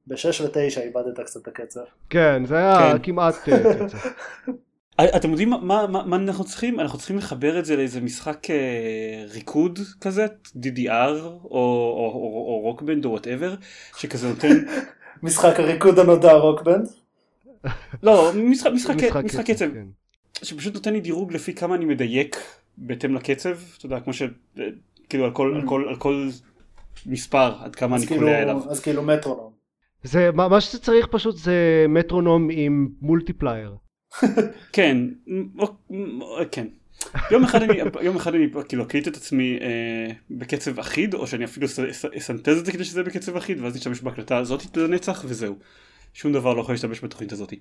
ב-6 ו-9 איבדת קצת את הקצב. כן, זה היה כמעט קצב. אתם יודעים מה אנחנו צריכים? אנחנו צריכים לחבר את זה לאיזה משחק ריקוד כזה, DDR או רוקבנד או whatever, שכזה נותן... משחק הריקוד הנודע רוקבנד? לא, משחק קצב, כן. שפשוט נותן לי דירוג לפי כמה אני מדייק בהתאם לקצב, אתה יודע, כמו ש... כאילו על כל מספר, עד כמה אני קולע אליו. אז כאילו מטרונום. זה, מה שצריך פשוט זה מטרונום עם מולטיפלייר. כן, כן. יום אחד אני כאילו אקליט את עצמי בקצב אחיד, או שאני אפילו אסנטז את זה כדי שזה בקצב אחיד, ואז נשתמש בהקלטה הזאת לנצח, וזהו. שום דבר לא יכול להשתמש בתוכנית הזאת.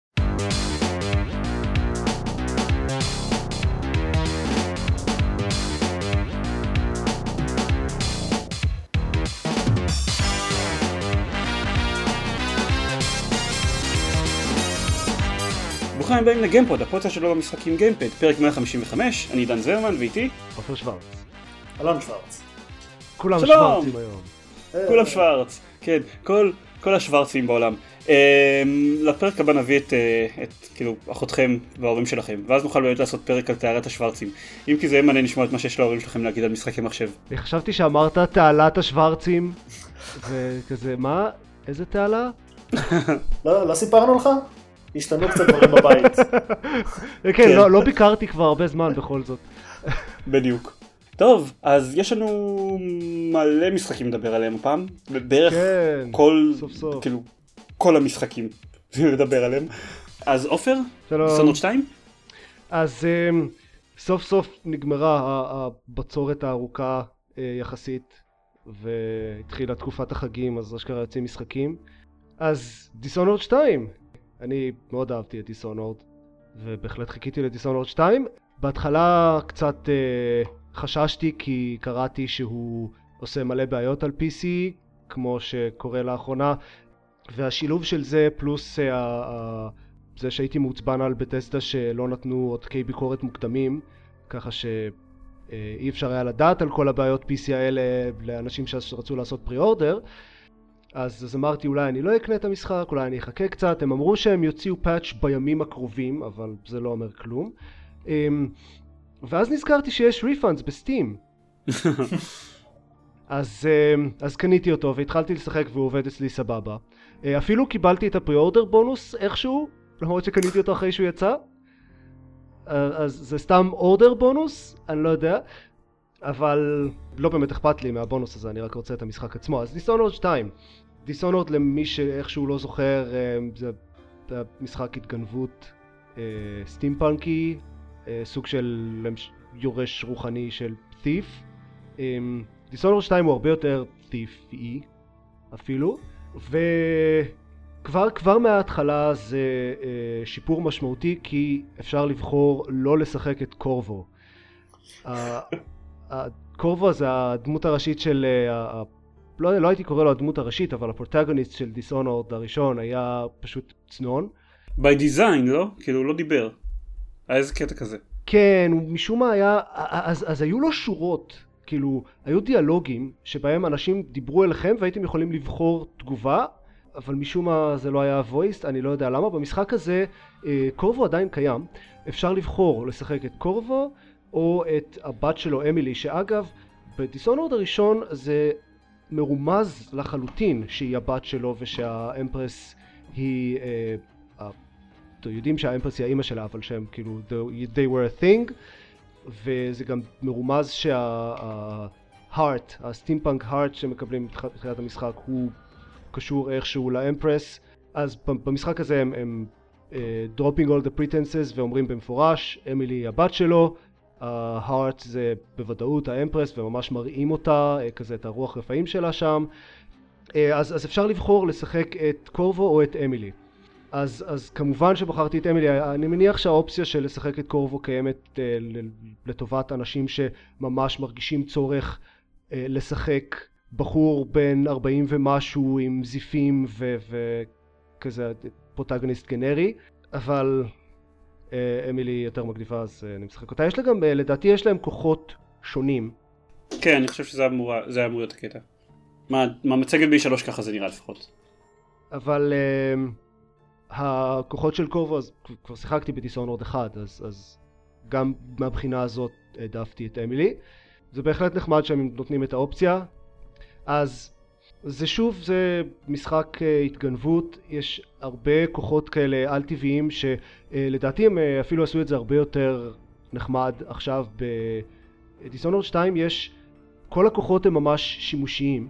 ברוכים הבאים לגיימפוד, הפודקאסט שלו במשחקים גיימפד, פרק 155, אני דן זרמן ואיתי עופר שוורץ. אלון שוורץ. כולם שוורצים היום. כולם שוורץ, כן, כל השוורצים בעולם. לפרק הבא נביא את כאילו אחותכם וההורים שלכם, ואז נוכל באמת לעשות פרק על תעלת השוורצים. אם כי זה יהיה מעניין לשמוע את מה שיש להורים שלכם להגיד על משחקי מחשב. חשבתי שאמרת תעלת השוורצים, וכזה מה? איזה תעלה? לא סיפרנו לך? השתנו קצת דברים בבית. כן, לא ביקרתי כבר הרבה זמן בכל זאת. בדיוק. טוב, אז יש לנו מלא משחקים לדבר עליהם הפעם. בערך כאילו כל המשחקים לדבר עליהם. אז עופר, דיסונורד 2? אז סוף סוף נגמרה הבצורת הארוכה יחסית, והתחילה תקופת החגים, אז אשכרה יוצאים משחקים. אז דיסונורד 2. אני מאוד אהבתי את דיסונורד, ובהחלט חיכיתי לדיסונורד 2. בהתחלה קצת חששתי כי קראתי שהוא עושה מלא בעיות על PC, כמו שקורה לאחרונה, והשילוב של זה פלוס זה שהייתי מעוצבן על בטסטה שלא נתנו עותקי ביקורת מוקדמים, ככה שאי אפשר היה לדעת על כל הבעיות PC האלה לאנשים שרצו לעשות פרי-אורדר. אז אמרתי אולי אני לא אקנה את המשחק, אולי אני אחכה קצת. הם אמרו שהם יוציאו פאץ' בימים הקרובים, אבל זה לא אומר כלום. ואז נזכרתי שיש ריפאנדס בסטים. אז קניתי אותו והתחלתי לשחק והוא עובד אצלי סבבה. אפילו קיבלתי את הפרי-אורדר בונוס איכשהו, למרות שקניתי אותו אחרי שהוא יצא. אז זה סתם אורדר בונוס, אני לא יודע. אבל לא באמת אכפת לי מהבונוס הזה, אני רק רוצה את המשחק עצמו. אז דיסונורד 2. דיסונורד למי שאיכשהו לא זוכר, זה משחק התגנבות סטימפאנקי, סוג של יורש רוחני של תיף. דיסונורד 2 הוא הרבה יותר תיפי אפילו, וכבר מההתחלה זה שיפור משמעותי, כי אפשר לבחור לא לשחק את קורבו. קורבו זה הדמות הראשית של, לא הייתי קורא לו הדמות הראשית, אבל הפרוטגוניסט של דיסונורד הראשון היה פשוט צנון. by design, לא? כאילו הוא לא דיבר. היה איזה קטע כזה. כן, משום מה היה, אז היו לו שורות, כאילו, היו דיאלוגים שבהם אנשים דיברו אליכם והייתם יכולים לבחור תגובה, אבל משום מה זה לא היה voiced, אני לא יודע למה. במשחק הזה קורבו עדיין קיים, אפשר לבחור לשחק את קורבו, או את הבת שלו אמילי, שאגב בדיסונורד הראשון זה מרומז לחלוטין שהיא הבת שלו ושהאמפרס היא יודעים שהאמפרס היא האמא שלה, אבל שהם כאילו they were a thing, וזה גם מרומז הסטימפאנק הארט שמקבלים בתחילת המשחק הוא קשור איכשהו לאמפרס. אז במשחק הזה הם dropping all the pretenses ואומרים במפורש אמילי היא הבת שלו, ההארט זה בוודאות האמפרס, וממש מראים אותה, כזה את הרוח רפאים שלה שם. אז אפשר לבחור לשחק את קורבו או את אמילי. אז כמובן שבחרתי את אמילי. אני מניח שהאופציה של לשחק את קורבו קיימת לטובת אנשים שממש מרגישים צורך לשחק בחור בין 40 ומשהו עם זיפים וכזה פרוטגוניסט גנרי, אבל אמילי יותר מגניבה, אז אני משחק אותה. יש לה גם, לדעתי יש להם כוחות שונים. כן, אני חושב שזה אמור להיות הקטע. מה מצגת ב3 ככה זה נראה לפחות. אבל הכוחות של קורבו, אז כבר שיחקתי בדיסאונרד 1, אז גם מהבחינה הזאת העדפתי את אמילי. זה בהחלט נחמד שהם נותנים את האופציה. אז זה משחק התגנבות, יש הרבה כוחות כאלה על טבעיים שלדעתי הם אפילו עשו את זה הרבה יותר נחמד. עכשיו בדיסאונרד 2 יש, כל הכוחות הם ממש שימושיים,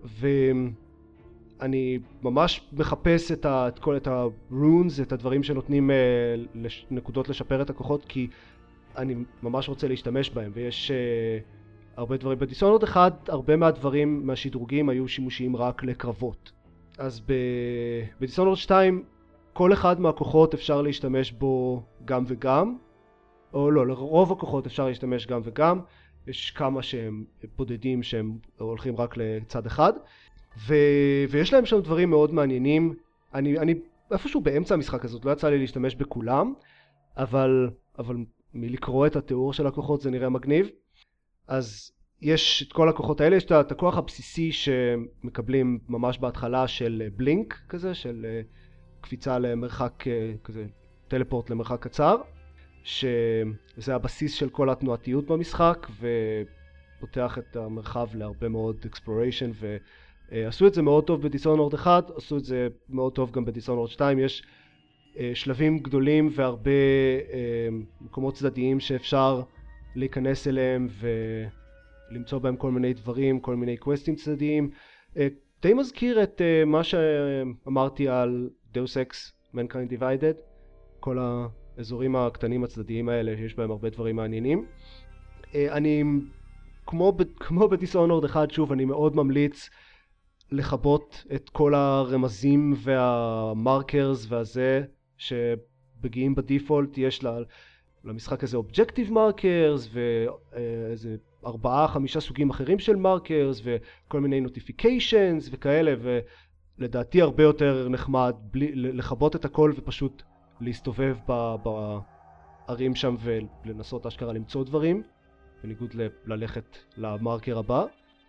ואני ממש מחפש את ה-runes, את הדברים שנותנים נקודות לשפר את הכוחות, כי אני ממש רוצה להשתמש בהם, ויש הרבה דברים. בדיסאונרד 1, הרבה מהדברים מהשדרוגים היו שימושיים רק לקרבות. אז בדיסאונרד 2, כל אחד מהכוחות אפשר להשתמש בו גם וגם, או לא, לרוב הכוחות אפשר להשתמש גם וגם. יש כמה שהם בודדים שהם הולכים רק לצד אחד, ויש להם שם דברים מאוד מעניינים. אני איפשהו באמצע המשחק הזאת, לא יצא לי להשתמש בכולם, אבל מלקרוא את התיאור של הכוחות זה נראה מגניב. אז יש את כל הכוחות האלה, יש את הכוח הבסיסי שמקבלים ממש בהתחלה של בלינק כזה, של קפיצה למרחק כזה, טלפורט למרחק קצר, שזה הבסיס של כל התנועתיות במשחק ופותח את המרחב להרבה מאוד exploration, ועשו את זה מאוד טוב בדיסאונרד 1, עשו את זה מאוד טוב גם בדיסאונרד 2. יש שלבים גדולים והרבה מקומות צדדיים שאפשר להיכנס אליהם ולמצוא בהם כל מיני דברים, כל מיני קווסטים צדדיים. די מזכיר את מה שאמרתי על Deus Ex Mankind Divided, כל האזורים הקטנים הצדדיים האלה שיש בהם הרבה דברים מעניינים. אני כמו בדיסאונרד 1, שוב, אני מאוד ממליץ לחבות את כל הרמזים והמרקרס והזה שבגיעים בדיפולט. יש למשחק הזה אובג'קטיב מרקרס ואיזה 4-5 סוגים אחרים של מרקרס וכל מיני נוטיפיקיישנס וכאלה, ולדעתי הרבה יותר נחמד לחבות את הכל ופשוט להסתובב בערים שם ולנסות אשכרה למצוא דברים, בניגוד ללכת למרקר הבא.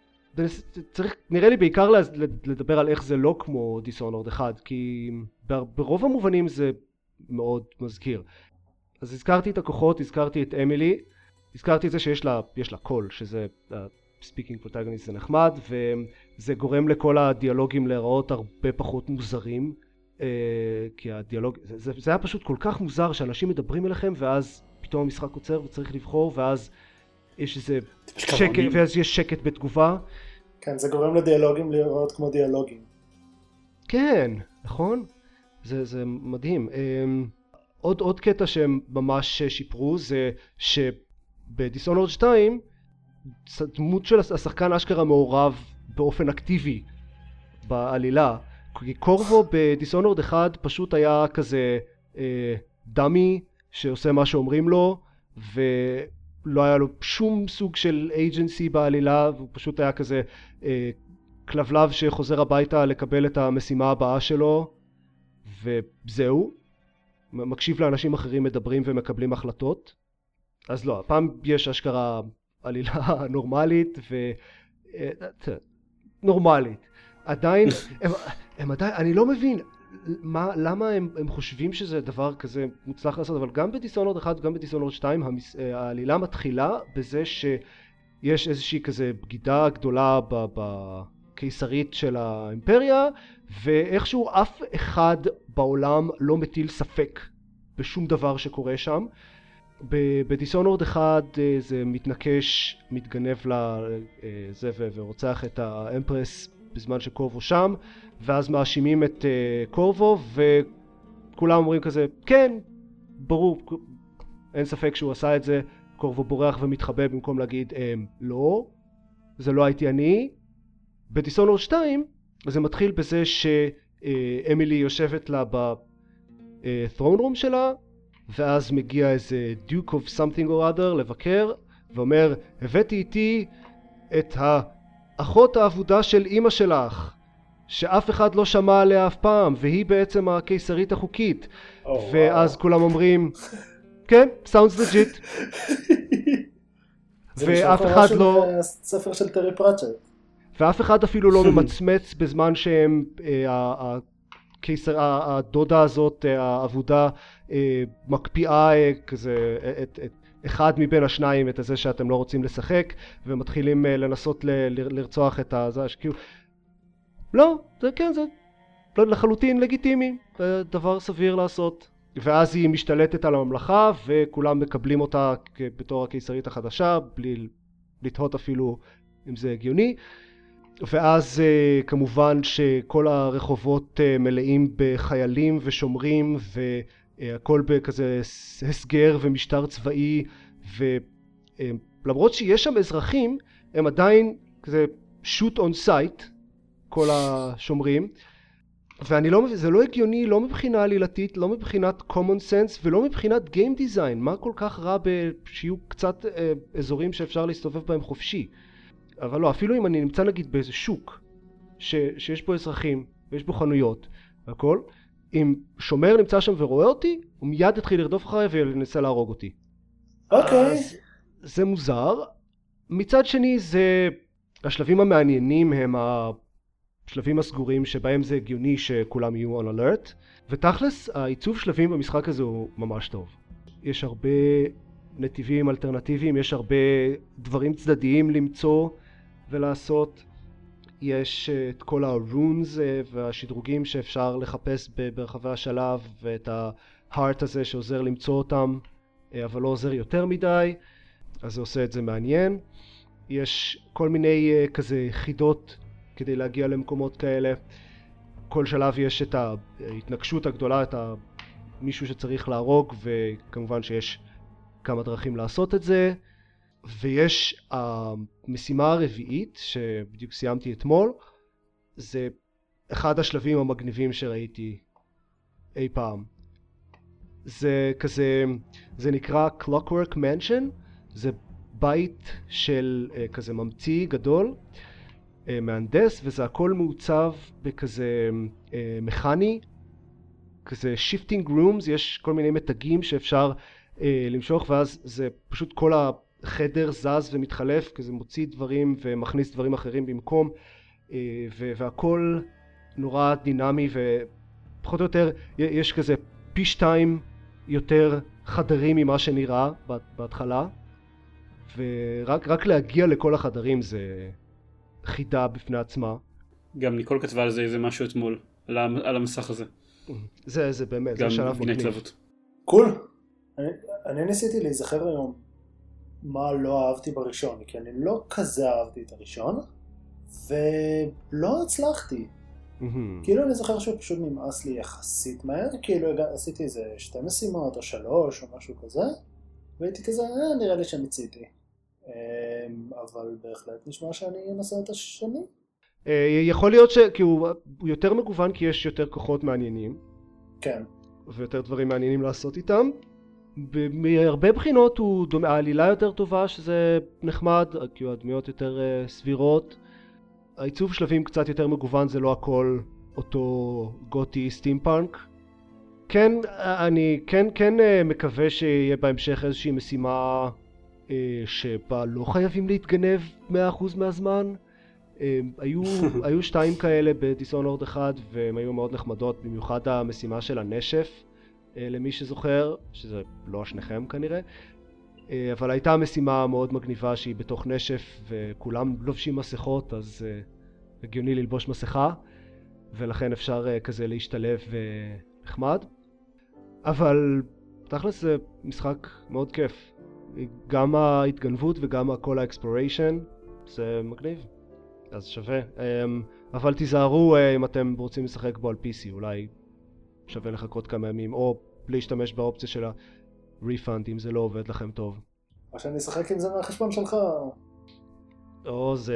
נראה לי בעיקר לדבר על איך זה לא כמו דיסאונרד 1, כי ברוב המובנים זה מאוד מזכיר. אז הזכרתי את הכוחות, הזכרתי את אמילי, הזכרתי את זה שיש לה קול, שזה speaking protagonist, זה נחמד, וזה גורם לכל הדיאלוגים להיראות הרבה פחות מוזרים, כי הדיאלוג, זה היה פשוט כל כך מוזר שאנשים מדברים אליכם ואז פתאום המשחק עוצר וצריך לבחור, ואז יש איזה שקט, ואז יש שקט בתגובה. כן, זה גורם לדיאלוגים להיראות כמו דיאלוגים. כן, נכון? זה מדהים. עוד קטע שהם ממש שיפרו זה שבדיסאונרד 2 דמות של השחקן אשכרה מעורב באופן אקטיבי בעלילה. כי קורבו בדיסאונרד 1 פשוט היה כזה דמי שעושה מה שאומרים לו, ולא היה לו שום סוג של אייג'נסי בעלילה, והוא פשוט היה כזה כלבלב שחוזר הביתה לקבל את המשימה הבאה שלו, וזהו. מקשיב לאנשים אחרים מדברים ומקבלים החלטות. אז לא, הפעם יש אשכרה עלילה נורמלית נורמלית. עדיין, אני לא מבין למה הם חושבים שזה דבר כזה מוצלח לעשות, אבל גם בדיסאונרד 1 וגם בדיסאונרד 2 העלילה מתחילה בזה שיש איזושהי כזה בגידה גדולה בקיסרית של האימפריה, ואיכשהו אף אחד בעולם לא מטיל ספק בשום דבר שקורה שם. בדיסאונרד 1 זה מתנקש, מתגנב לזה ורוצח את האמפרס בזמן שקורבו שם, ואז מאשימים את קורבו, וכולם אומרים כזה, כן, ברור, אין ספק שהוא עשה את זה. קורבו בורח ומתחבא במקום להגיד, לא, זה לא הייתי אני. בדיסאונרד 2 זה מתחיל בזה שאמילי יושבת לה בת'רון רום שלה, ואז מגיע איזה Duke of something or other לבקר, ואומר, הבאתי איתי את האחות האבודה של אמא שלך, שאף אחד לא שמע עליה אף פעם, והיא בעצם הקיסרית החוקית. ואז כולם אומרים, כן, sounds legit. ואף אחד לא... זה ספר של טרי פראצ'ט. ואף אחד אפילו לא ממצמץ בזמן שהם, הדודה הזאת, העבודה, מקפיאה כזה את אחד מבין השניים, את זה שאתם לא רוצים לשחק, ומתחילים לנסות לרצוח את הזה, כאילו, לא, זה כן, זה לחלוטין לגיטימי, זה דבר סביר לעשות. ואז היא משתלטת על הממלכה, וכולם מקבלים אותה בתור הקיסרית החדשה, בלי לתהות אפילו אם זה הגיוני. ואז כמובן שכל הרחובות מלאים בחיילים ושומרים, והכל בכזה הסגר ומשטר צבאי, ולמרות שיש שם אזרחים, הם עדיין כזה shoot on sight, כל השומרים. ואני לא מבין, זה לא הגיוני, לא מבחינה עלילתית, לא מבחינת common sense ולא מבחינת game design. מה כל כך רע שיהיו קצת אזורים שאפשר להסתובב בהם חופשי? אבל לא, אפילו אם אני נמצא נגיד באיזה שוק שיש בו אזרחים ויש בו חנויות והכל, אם שומר נמצא שם ורואה אותי, הוא מיד יתחיל לרדוף אחריי וינסה להרוג אותי. אוקיי. זה מוזר. מצד שני, השלבים המעניינים הם השלבים הסגורים שבהם זה הגיוני שכולם יהיו on alert, ותכלס העיצוב שלבים במשחק הזה הוא ממש טוב. יש הרבה נתיבים אלטרנטיביים, יש הרבה דברים צדדיים למצוא ולעשות. יש את כל הרונס והשדרוגים שאפשר לחפש ברחבי השלב, ואת ההארט הזה שעוזר למצוא אותם, אבל לא עוזר יותר מדי, אז זה עושה את זה מעניין. יש כל מיני כזה חידות כדי להגיע למקומות כאלה. כל שלב יש את ההתנגשות הגדולה, את מישהו שצריך להרוג, וכמובן שיש כמה דרכים לעשות את זה. ויש המשימה הרביעית שבדיוק סיימתי אתמול, זה אחד השלבים המגניבים שראיתי אי פעם. זה כזה, זה נקרא Clockwork Mansion, זה בית של כזה ממציא גדול, מהנדס, וזה הכל מעוצב בכזה מכני, כזה shifting rooms, יש כל מיני מתגים שאפשר למשוך, ואז זה פשוט כל החדר זז ומתחלף, כזה מוציא דברים ומכניס דברים אחרים במקום, והכל נורא דינמי, ופחות או יותר יש כזה פי 2 יותר חדרים ממה שנראה בהתחלה, ורק להגיע לכל החדרים זה חידה בפני עצמה. גם ניקול כתבה על זה איזה משהו אתמול, על המסך הזה. זה באמת, זה שלב מגניב. קול. אני ניסיתי להיזכר היום מה לא אהבתי בראשון, כי אני לא כזה אהבתי את הראשון, ולא הצלחתי. כאילו אני זוכר שפשוט נמאס לי יחסית מהר, כאילו עשיתי איזה 2 משימות או 3 או משהו כזה, והייתי כזה, נראה לי שמיציתי. אבל בהחלט נשמע שאני אנסה את השני. יכול להיות כי הוא יותר מגוון, כי יש יותר כוחות מעניינים. כן. ויותר דברים מעניינים לעשות איתם. מהרבה בחינות הוא דומה, העלילה יותר טובה, שזה נחמד, כי הדמויות יותר סבירות. העיצוב שלבים קצת יותר מגוון, זה לא הכל אותו גותי סטימפאנק. כן, אני כן מקווה שיהיה בהמשך איזושהי משימה שבה לא חייבים להתגנב 100% מהזמן. היו 2 כאלה בדיסונורד 1 והן היו מאוד נחמדות, במיוחד המשימה של הנשף, למי שזוכר, שזה לא שניכם כנראה, אבל הייתה משימה מאוד מגניבה שהיא בתוך נשף וכולם לובשים מסכות, אז הגיוני ללבוש מסכה, ולכן אפשר כזה להשתלב נחמד. אבל תכלס זה משחק מאוד כיף, גם ההתגנבות וגם כל האקספלוריישן, זה מגניב, אז שווה. אבל תיזהרו אם אתם רוצים לשחק בו על PC, אולי שווה לחכות כמה ימים, או להשתמש באופציה של ה-refund אם זה לא עובד לכם טוב. או שאני אשחק עם זה מהחשבון שלך. או זה.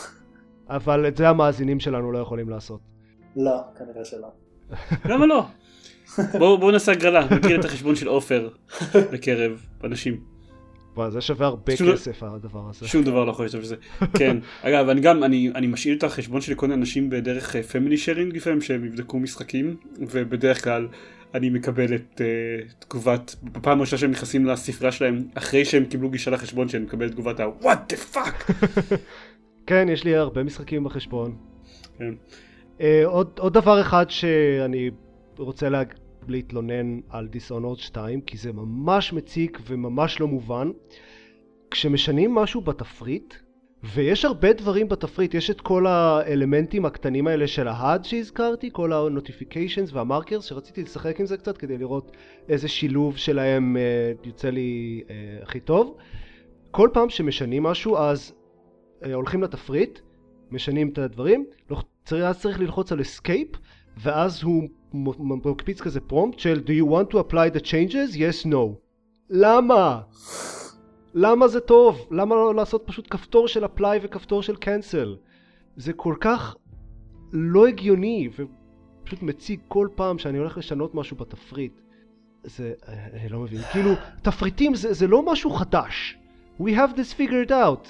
אבל את זה המאזינים שלנו לא יכולים לעשות. לא, כנראה שלא. למה לא? בואו נעשה הגרלה, נקריא את החשבון של אופר בקרב אנשים. זה שווה הרבה כסף הדבר הזה. שום דבר לא יכול לשתף בזה. כן, אגב, אני משאיר את החשבון שלי כל אנשים בדרך פמילי שיירינג לפעמים שהם יבדקו משחקים, ובדרך כלל אני מקבל את תגובת, בפעם הראשונה שהם נכנסים לספרה שלהם, אחרי שהם קיבלו גישה לחשבון, שאני מקבל את תגובת What the fuck? כן, יש לי הרבה משחקים בחשבון. כן. עוד דבר אחד שאני רוצה להתלונן על Dishonored 2, כי זה ממש מציק וממש לא מובן. כשמשנים משהו בתפריט, ויש הרבה דברים בתפריט, יש את כל האלמנטים הקטנים האלה של ההד שהזכרתי, כל ה-notifications וה-markers, שרציתי לשחק עם זה קצת כדי לראות איזה שילוב שלהם יוצא לי הכי טוב. כל פעם שמשנים משהו, אז הולכים לתפריט, משנים את הדברים, צריך ללחוץ על escape, ואז הוא מקפיץ כזה פרומפט של Do you want to apply the changes? Yes, no. למה? למה זה טוב? למה לא לעשות פשוט כפתור של apply וכפתור של cancel? זה כל כך לא הגיוני ופשוט מציג כל פעם שאני הולך לשנות משהו בתפריט. זה, אני לא מבין. כאילו, תפריטים זה לא משהו חדש. We have this figured out.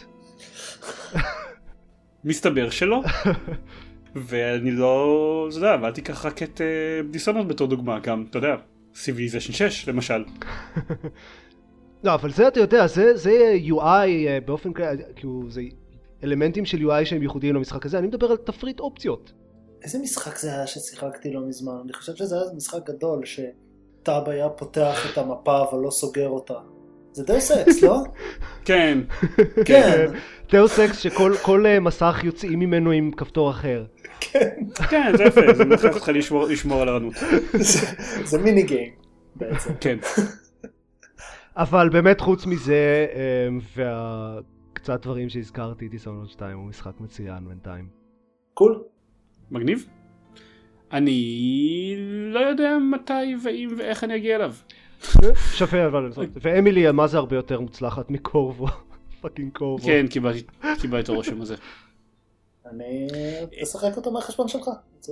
מסתבר שלא. ואני לא, אתה יודע, אבל תיקח רק את דיסונרד בתור דוגמה, גם, אתה יודע, Civilization 6 למשל. לא, אבל זה אתה יודע, זה UI באופן כאילו, זה אלמנטים של UI שהם ייחודיים למשחק הזה, אני מדבר על תפריט אופציות. איזה משחק זה היה ששיחקתי לא מזמן? אני חושב שזה היה משחק גדול, שטאב היה פותח את המפה אבל לא סוגר אותה. זה דאוס אקס, לא? כן. כן. דאוס אקס שכל מסך יוצאים ממנו עם כפתור אחר. כן. כן, זה יפה, זה מכרח אותך לשמור על הרנות. זה מיני גיים, בעצם. כן. אבל באמת חוץ מזה, והקצת דברים שהזכרתי, Dishonored 2 הוא משחק מצוין בינתיים. קול. מגניב. אני לא יודע מתי ואם ואיך אני אגיע אליו. שווה אבל, ואמילי מה זה הרבה יותר מוצלחת מקורבו, פאקינג קורבו. כן, קיבלתי את הרושם הזה. אני אשחק אותו מהחשבון שלך.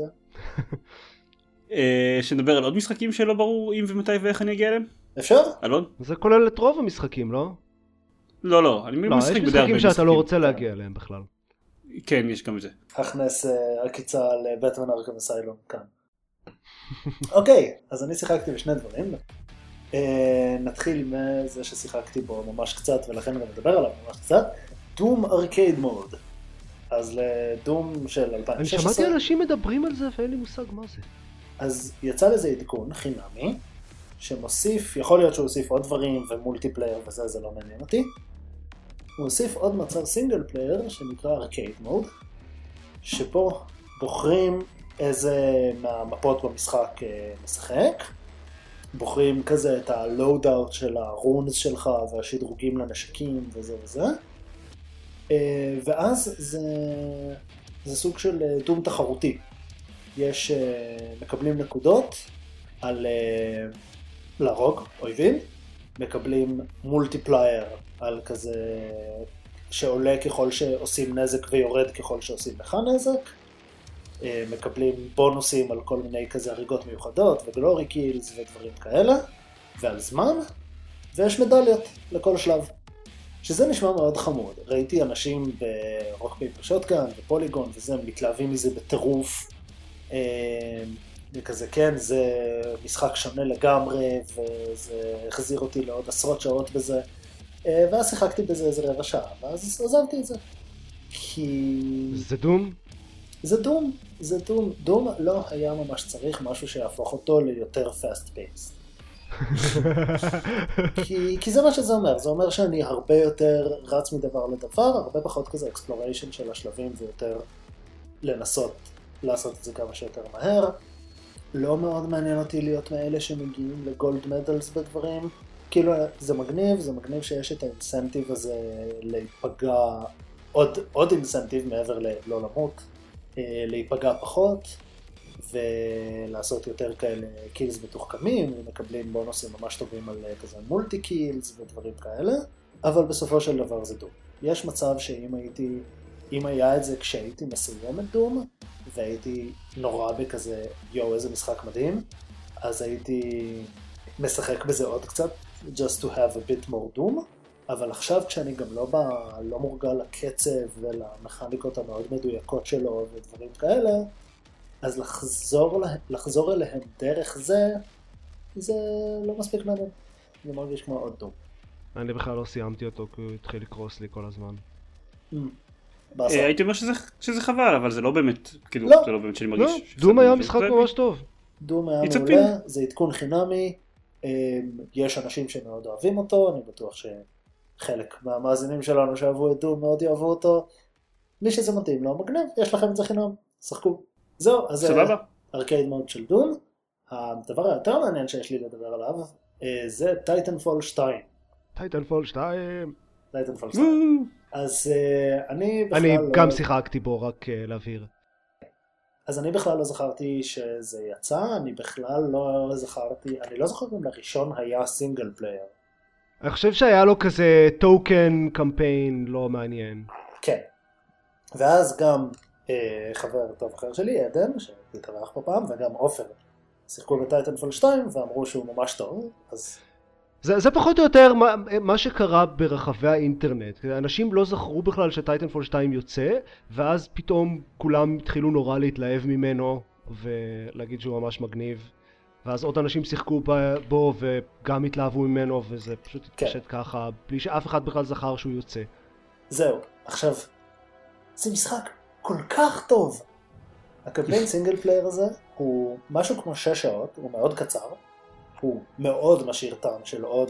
שנדבר על עוד משחקים שלא ברור אם ומתי ואיך אני אגיע אליהם? אפשר? אלון? זה כולל את רוב המשחקים, לא? לא, אני משחק יש בדי הרבה משחקים שאתה לא רוצה להגיע אליהם בכלל. כן, יש גם את זה. הכנס עקיצה לבטמן ארכם אסיילום כאן. אוקיי, אז אני שיחקתי בשני דברים. נתחיל מזה ששיחקתי בו ממש קצת ולכן גם נדבר עליו ממש קצת. דום ארקייד מוד. אז לדום של 2016. אני שמעתי אנשים מדברים על זה ואין לי מושג מה זה. אז יצא לזה עדכון חינמי שמוסיף, יכול להיות שהוא הוסיף עוד דברים ומולטיפלייר וזה, זה לא מעניין אותי. הוא הוסיף עוד מצב סינגל פלייר שנקרא ארקייד מוד, שפה בוחרים איזה מהמפות במשחק משחק, בוחרים כזה את הלואוד אאוט של הרונס שלך והשדרוגים לנשקים וזה וזה, ואז זה סוג של דום תחרותי. יש, מקבלים נקודות על להרוג אויבים, מקבלים מולטיפלייר על כזה שעולה ככל שעושים נזק ויורד ככל שעושים לך נזק, מקבלים בונוסים על כל מיני כזה הריגות מיוחדות וגלורי קילס ודברים כאלה, ועל זמן, ויש מדליות לכל שלב, שזה נשמע מאוד חמוד. ראיתי אנשים ברוק פייפר שוטגן ופוליגון וזה מתלהבים מזה בטירוף, וכזה כן, זה משחק שונה לגמרי וזה החזיר אותי לעוד עשרות שעות בזה, ואז שיחקתי בזה איזה רבע שעה ואז עזבתי את זה כי... זה דום? זה דום. דום לא היה ממש צריך משהו שיהפוך אותו ליותר fast paced. כי זה מה שזה אומר, זה אומר שאני הרבה יותר רץ מדבר לדבר, הרבה פחות כזה exploration של השלבים ויותר לנסות לעשות את זה כמה שיותר מהר. לא מאוד מעניין אותי להיות מאלה שמגיעים לגולד מדלס בדברים, כאילו זה מגניב שיש את האינסנטיב הזה להיפגע, עוד אינסנטיב מעבר ללא למות, להיפגע פחות ולעשות יותר כאלה קילס מתוחכמים, ומקבלים בונוסים ממש טובים על כזה מולטי קילס ודברים כאלה, אבל בסופו של דבר זה דום. יש מצב אם היה את זה כשהייתי מסיים את דום, והייתי נורא בכזה, איזה משחק מדהים, אז הייתי משחק בזה עוד קצת, just to have a bit more doom, אבל עכשיו כשאני גם לא מורגל לקצב ולמכניקות המאוד מדויקות שלו ודברים כאלה, אז לחזור אליהם דרך זה לא מספיק מעניין. זה מרגיש כמו עוד דום. אני בכלל לא סיימתי אותו כי הוא התחיל לקרוס לי כל הזמן. הייתי אומר שזה חבל, אבל זה לא באמת, כאילו, לא. זה לא באמת שאני מרגיש. דום היה משחק ממש טוב. דום היה מעולה, זה עדכון חינמי, יש אנשים שמאוד אוהבים אותו, אני בטוח שחלק מהמאזינים שלנו שאהבו את דום מאוד יאהבו אותו, מי שזה מתאים לו מגניב, יש לכם את זה חינם, שחקו. זהו, אז זה ארקייד מוד של דום. הדבר היותר מעניין שיש לי לדבר עליו, זה טייטנפול 2. טייטנפול 2. טייטנפול 2. אז אני בכלל אני גם שיחקתי בו, רק להבהיר. אז אני בכלל לא זכרתי שזה יצא, אני בכלל לא זכרתי, אני לא זוכר אם לראשון היה סינגל פלייר. אני חושב שהיה לו כזה טוקן קמפיין לא מעניין. כן. ואז גם חבר טוב אחר שלי, עדן, שהתארח פה פעם, וגם עופר, שיחקו בטייטנפול 2 ואמרו שהוא ממש טוב, אז... זה פחות או יותר מה שקרה ברחבי האינטרנט. אנשים לא זכרו בכלל שטייטנפול 2 יוצא, ואז פתאום כולם התחילו נורא להתלהב ממנו, ולהגיד שהוא ממש מגניב. ואז עוד אנשים שיחקו בו וגם התלהבו ממנו, וזה פשוט התפשט ככה, בלי שאף אחד בכלל זכר שהוא יוצא. זהו, עכשיו, זה משחק כל כך טוב. הקמפיין סינגל פלייר הזה הוא משהו כמו 6 שעות, הוא מאוד קצר. הוא מאוד משאיר טעם של עוד,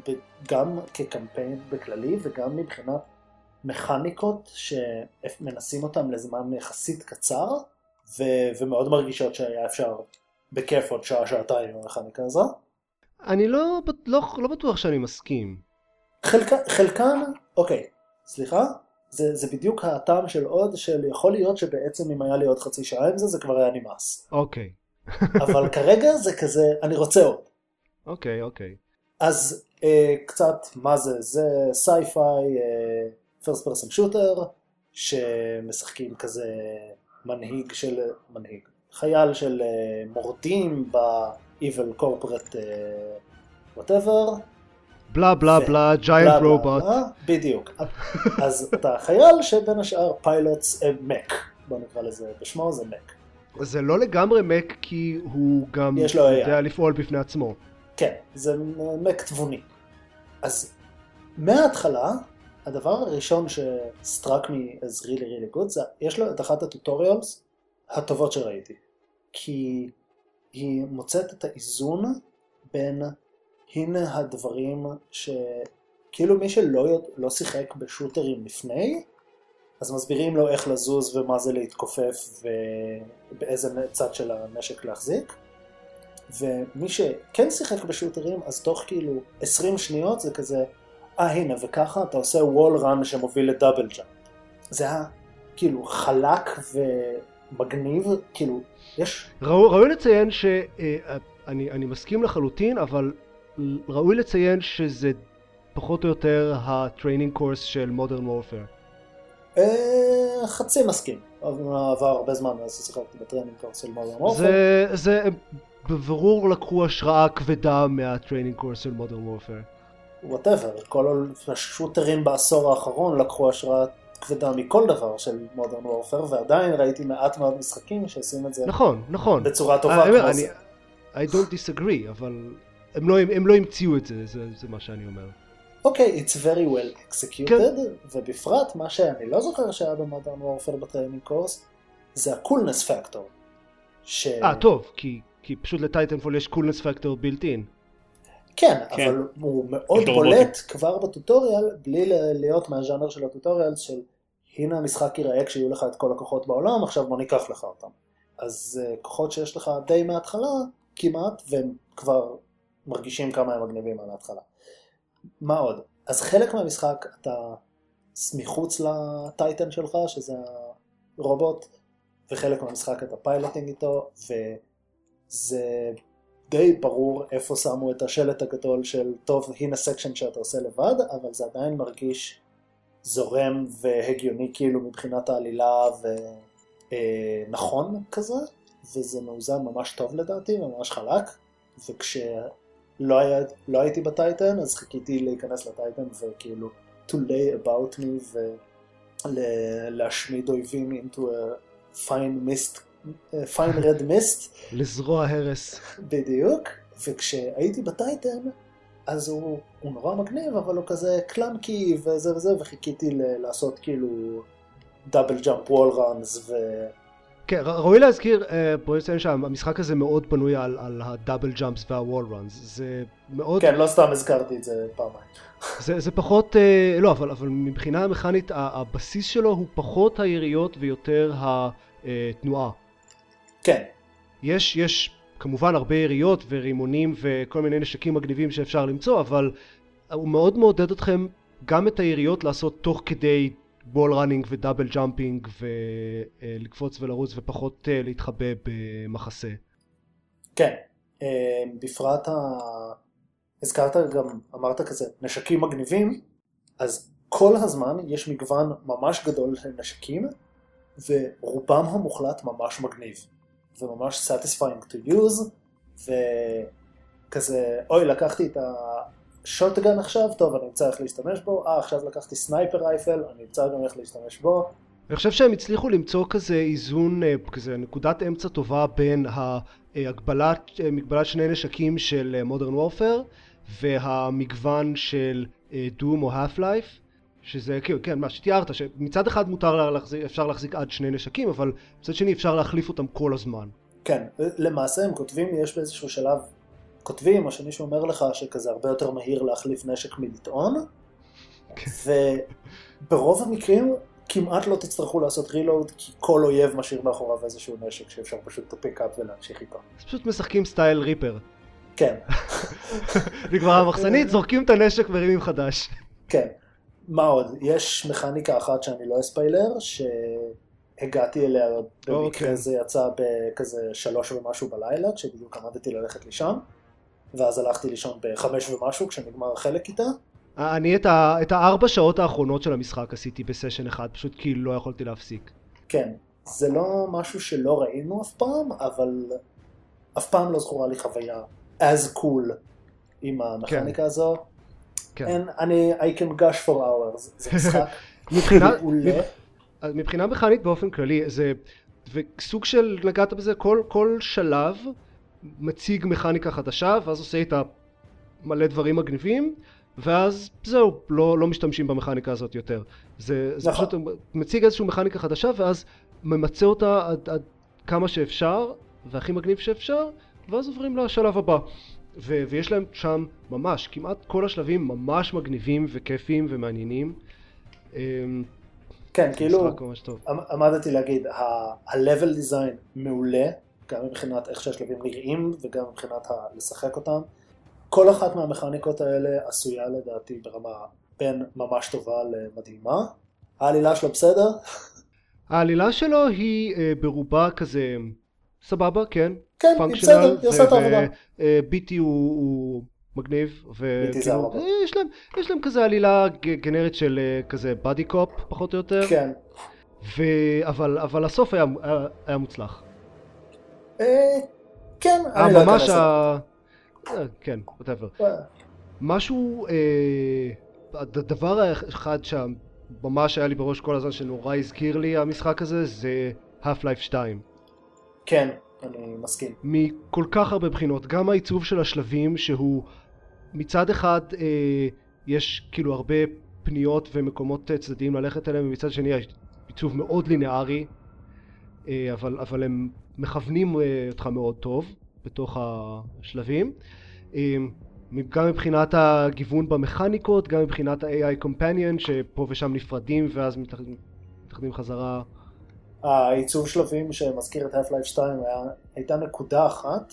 גם כקמפיין בכללי וגם מבחינת מכניקות שמנסים אותם לזמן יחסית קצר ומאוד מרגישות שהיה אפשר בכיף עוד שעה, שעתיים במכניקה הזו. אני לא בטוח שאני מסכים. חלקן, אוקיי, סליחה, זה בדיוק הטעם של עוד, של יכול להיות שבעצם אם היה לי עוד חצי שעה עם זה כבר היה נמאס. אוקיי. אבל כרגע זה כזה, אני רוצה עוד. אוקיי. אז קצת מה זה? זה סי-פיי, first person shooter, שמשחקים כזה חייל של מורדים ב-evil corporate whatever. בלה בלה בלה, giant robot. בדיוק. אז אתה חייל שבין השאר פיילוטס מק, בוא נקרא לזה בשמו, זה מק. זה לא לגמרי מק כי הוא גם יודע לפעול בפני עצמו. כן, זה מק תבוני. אז מההתחלה, הדבר הראשון שסטרק me as really really good, זה יש לו את אחת הטוטוריאלס הטובות שראיתי. כי היא מוצאת את האיזון בין הנה הדברים שכאילו מי שלא שיחק בשוטרים לפני, אז מסבירים לו איך לזוז ומה זה להתכופף ובאיזה צד של הנשק להחזיק. ומי שכן שיחק בשוטרים, אז תוך כאילו 20 שניות זה כזה, הנה וככה אתה עושה וול רן שמוביל לדאבל ג'אמפ. זה היה כאילו חלק ומגניב, כאילו יש... ראוי לציין שאני מסכים לחלוטין, אבל ראוי לציין שזה פחות או יותר הטריינינג קורס של מודרן וורפר. חצי מסכים, עבר הרבה זמן אז שיחקתי בטריינינג קורס של מודרן וורפר. זה בברור לקחו השראה כבדה מהטריינינג קורס של מודרן וורפר. whatever, כל השוטרים בעשור האחרון לקחו השראה כבדה מכל דבר של מודרן וורפר, ועדיין ראיתי מעט מאוד משחקים שעושים את זה נכון. בצורה טובה כמו זה. I don't disagree, אבל הם לא המציאו את זה, זה מה שאני אומר. אוקיי, it's very well executed, ובפרט מה שאני לא זוכר שהיה במודרן וורפר בטריינינג קורס, זה ה-coolness factor. טוב, כי פשוט לטייטנפול יש coolness factor built in. כן, אבל הוא מאוד בולט כבר בטוטוריאל, בלי להיות מהז'אנר של הטוטוריאל, של הנה המשחק ייראה כשיהיו לך את כל הכוחות בעולם, עכשיו בוא ניקח לך אותם. אז כוחות שיש לך די מההתחלה, כמעט, והם כבר מרגישים כמה הם מגניבים על ההתחלה. מה עוד? אז חלק מהמשחק אתה מחוץ לטייטן שלך, שזה הרובוט, וחלק מהמשחק אתה פיילוטינג איתו, וזה די ברור איפה שמו את השלט הגדול של טוב, הנה סקשן שאתה עושה לבד, אבל זה עדיין מרגיש זורם והגיוני כאילו מבחינת העלילה ונכון כזה, וזה מאוזן ממש טוב לדעתי, ממש חלק, וכשלא הייתי בטייטן, אז חיכיתי להיכנס לטייטן וכאילו to lay about me ולהשמיד אויבים into a fine red mist. לזרוע הרס. בדיוק, וכשהייתי בטייטן, אז הוא נורא מגניב, אבל הוא כזה קלנקי וזה וזה, וחיכיתי לעשות כאילו דאבל ג'אמפ וול ראנס כן, ראוי להזכיר, בואי נציין שהמשחק הזה מאוד בנוי על הדאבל ג'אמפס והוול ראנס, זה מאוד... כן, לא סתם הזכרתי את זה פעמיים. זה פחות, לא, אבל מבחינה מכנית הבסיס שלו הוא פחות היריות ויותר התנועה. כן. יש כמובן הרבה יריות ורימונים וכל מיני נשקים מגניבים שאפשר למצוא, אבל הוא מאוד מעודד אתכם גם את היריות לעשות תוך כדי בול ראנינג ודאבל ג'אמפינג ולקפוץ ולרוץ ופחות להתחבא במחסה. כן, בפרט הזכרת גם, אמרת כזה, נשקים מגניבים, אז כל הזמן יש מגוון ממש גדול של נשקים, ורובם המוחלט ממש מגניב, וממש satisfying to use, וכזה, אוי, לקחתי את השוטגן עכשיו, טוב, אני אמצא איך להשתמש בו, עכשיו לקחתי סנייפר רייפל, אני אמצא גם איך להשתמש בו. אני חושב שהם הצליחו למצוא כזה איזון, כזה נקודת אמצע טובה בין מגבלת שני נשקים של מודרן וורפר, והמגוון של דום או Half-Life, שזה כן, מה שתיארת, שמצד אחד אפשר להחזיק עד שני נשקים, אבל מצד שני אפשר להחליף אותם כל הזמן. כן, למעשה הם כותבים, יש באיזשהו שלב, כותבים, או שמישהו אומר לך שכזה הרבה יותר מהיר להחליף נשק מלטעון, וברוב המקרים כמעט לא תצטרכו לעשות רילוד, כי כל אויב משאיר מאחוריו איזשהו נשק שאפשר פשוט to pick up ולהמשיך איתו. אז פשוט משחקים סטייל ריפר. כן. וכבר המחסנית, זורקים את הנשק ורימים חדש. כן. מה עוד? יש מכניקה אחת שאני לא אספיילר, שהגעתי אליה במקרה זה יצא בכזה 3 ומשהו בלילה, כשבדיוק עמדתי ללכת לישון, ואז הלכתי לישון ב5 ומשהו כשנגמר החלק איתה. אני את 4 שעות האחרונות של המשחק עשיתי בסשן אחד, פשוט כי לא יכולתי להפסיק. כן, זה לא משהו שלא ראינו אף פעם, אבל אף פעם לא זכורה לי חוויה as cool עם המכניקה הזו. כן. I can gush for hours, זה משחק מעולה. מבחינה מכנית באופן כללי, זה סוג של, נגעת בזה, כל שלב מציג מכניקה חדשה, ואז עושה איתה מלא דברים מגניבים, ואז זהו, לא משתמשים במכניקה הזאת יותר. זה פשוט מציג איזושהי מכניקה חדשה, ואז ממצא אותה עד כמה שאפשר, והכי מגניב שאפשר, ואז עוברים לשלב הבא. ויש להם שם ממש, כמעט כל השלבים ממש מגניבים וכיפים ומעניינים. כן, כאילו, עמדתי להגיד, ה-level design מעולה, גם מבחינת איך שהשלבים נראים, וגם מבחינת לשחק אותם. כל אחת מהמכניקות האלה עשויה לדעתי ברמה בין ממש טובה למדהימה. העלילה שלו בסדר? העלילה שלו היא ברובה כזה סבבה, כן. כן, היא בסדר, היא עושה את העבודה. ביטי הוא מגניב, יש להם כזה עלילה גנרית של כזה בדי קופ פחות או יותר. כן. אבל הסוף היה מוצלח. כן, אני לא ממש כן, whatever. משהו, הדבר האחד שממש היה לי בראש כל הזמן שנורא הזכיר לי המשחק הזה, זה Half-Life 2. כן, אני מסכים. מכל כך הרבה בחינות, גם העיצוב של השלבים שהוא מצד אחד יש כאילו הרבה פניות ומקומות צדדיים ללכת אליהם, ומצד שני עיצוב מאוד לינארי, אבל הם מכוונים אותך מאוד טוב בתוך השלבים, גם מבחינת הגיוון במכניקות, גם מבחינת ה-AI Companion שפה ושם נפרדים ואז מתאחדים חזרה. העיצוב שלבים שמזכיר את Half-Life 2 הייתה נקודה אחת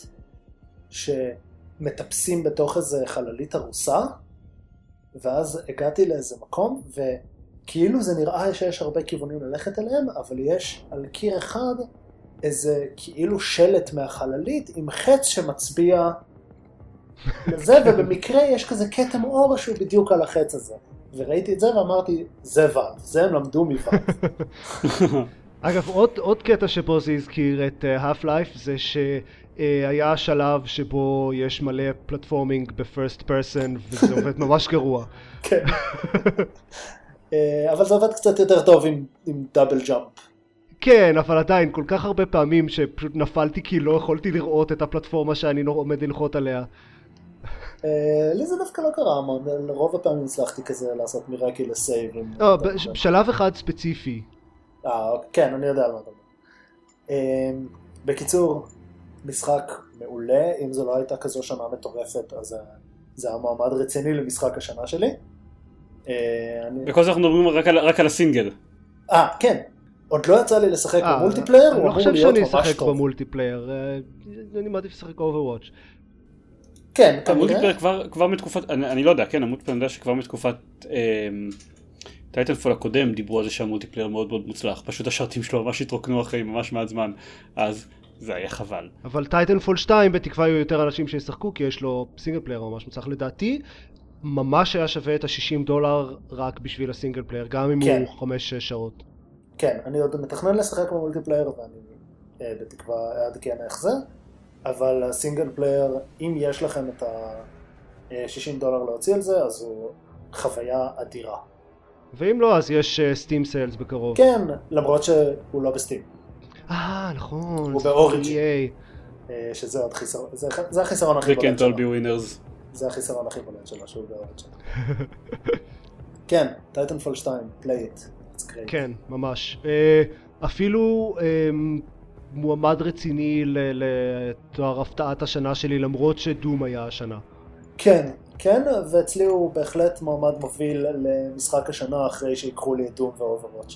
שמטפסים בתוך איזה חללית הרוסה, ואז הגעתי לאיזה מקום וכאילו זה נראה שיש הרבה כיוונים ללכת אליהם, אבל יש על קיר אחד איזה כאילו שלט מהחללית עם חץ שמצביע לזה, ובמקרה יש כזה כתם אור שהוא בדיוק על החץ הזה. וראיתי את זה ואמרתי, זה ואלב, זה הם למדו מוואלב. אגב, עוד קטע שבו זה הזכיר את Half-Life, זה שהיה שלב שבו יש מלא פלטפורמינג ב-first person, וזה עובד ממש גרוע. כן. אבל זה עובד קצת יותר טוב עם דאבל ג'אמפ. כן, אבל עדיין, כל כך הרבה פעמים שפשוט נפלתי כי לא יכולתי לראות את הפלטפורמה שאני עומד ללחוץ עליה. לי זה דווקא לא קרה, לרוב הפעמים הצלחתי כזה לעשות מירקי לסייב. בשלב אחד ספציפי, כן, אני יודע על מה אתה אומר. בקיצור, משחק מעולה, אם זו לא הייתה כזו שנה מטורפת, אז זה היה מועמד רציני למשחק השנה שלי. בכל זה אנחנו מדברים רק על הסינגל. כן. עוד לא יצא לי לשחק במולטיפלייר, הוא אמור להיות ממש טוב. אני לא חושב שאני אשחק במולטיפלייר, אני מעדיף לשחק אוברוואץ'. כן, המולטיפלייר כבר מתקופת, אני לא יודע, כן, המולטיפלייר אני יודע שכבר מתקופת טייטנפול הקודם דיברו על זה שהמולטיפלייר מאוד מאוד מוצלח, פשוט השרתים שלו ממש התרוקנו אחרי ממש מעט זמן, אז זה היה חבל. אבל טייטנפול 2 בתקווה יהיו יותר אנשים שישחקו, כי יש לו סינגל פלייר ממש מוצלח לדעתי, ממש היה שווה את $60 רק בשביל הסינגל פלייר, גם אם הוא 5-6 שעות. כן, אני עוד מתכנן לשחק במולטיפלייר, ואני בתקווה אעדכן איך זה, אבל הסינגל פלייר, אם יש לכם את $60 להוציא על זה, אז הוא חוויה אדירה. ואם לא, אז יש סטים סיילס בקרוב. כן, למרות שהוא לא בסטים. נכון. הוא באוריג'ין. שזה עוד חיסרון, זה החיסרון הכי בולט שלו. We can't all be winners. זה החיסרון הכי בולט שלו, שהוא באוריג'ין. כן, טייטנפול 2, play it. It's great. כן, ממש. אפילו מועמד רציני לתואר הפתעת השנה שלי, למרות שדום היה השנה. כן, כן, ואצלי הוא בהחלט מועמד מוביל למשחק השנה אחרי שיקחו לי את דום ואוברוואץ'.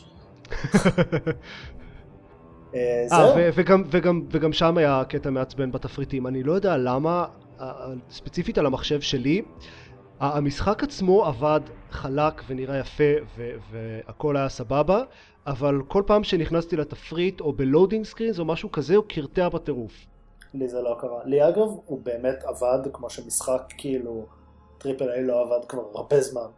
וגם שם היה קטע מעצבן בתפריטים. אני לא יודע למה, ספציפית על המחשב שלי, המשחק עצמו עבד חלק ונראה יפה והכל היה סבבה, אבל כל פעם שנכנסתי לתפריט או בלואודינג סקרינס או משהו כזה הוא קרטע בטירוף. לי זה לא קרה. לי אגב הוא באמת עבד כמו שמשחק כאילו טריפל איי לא עבד כבר הרבה זמן.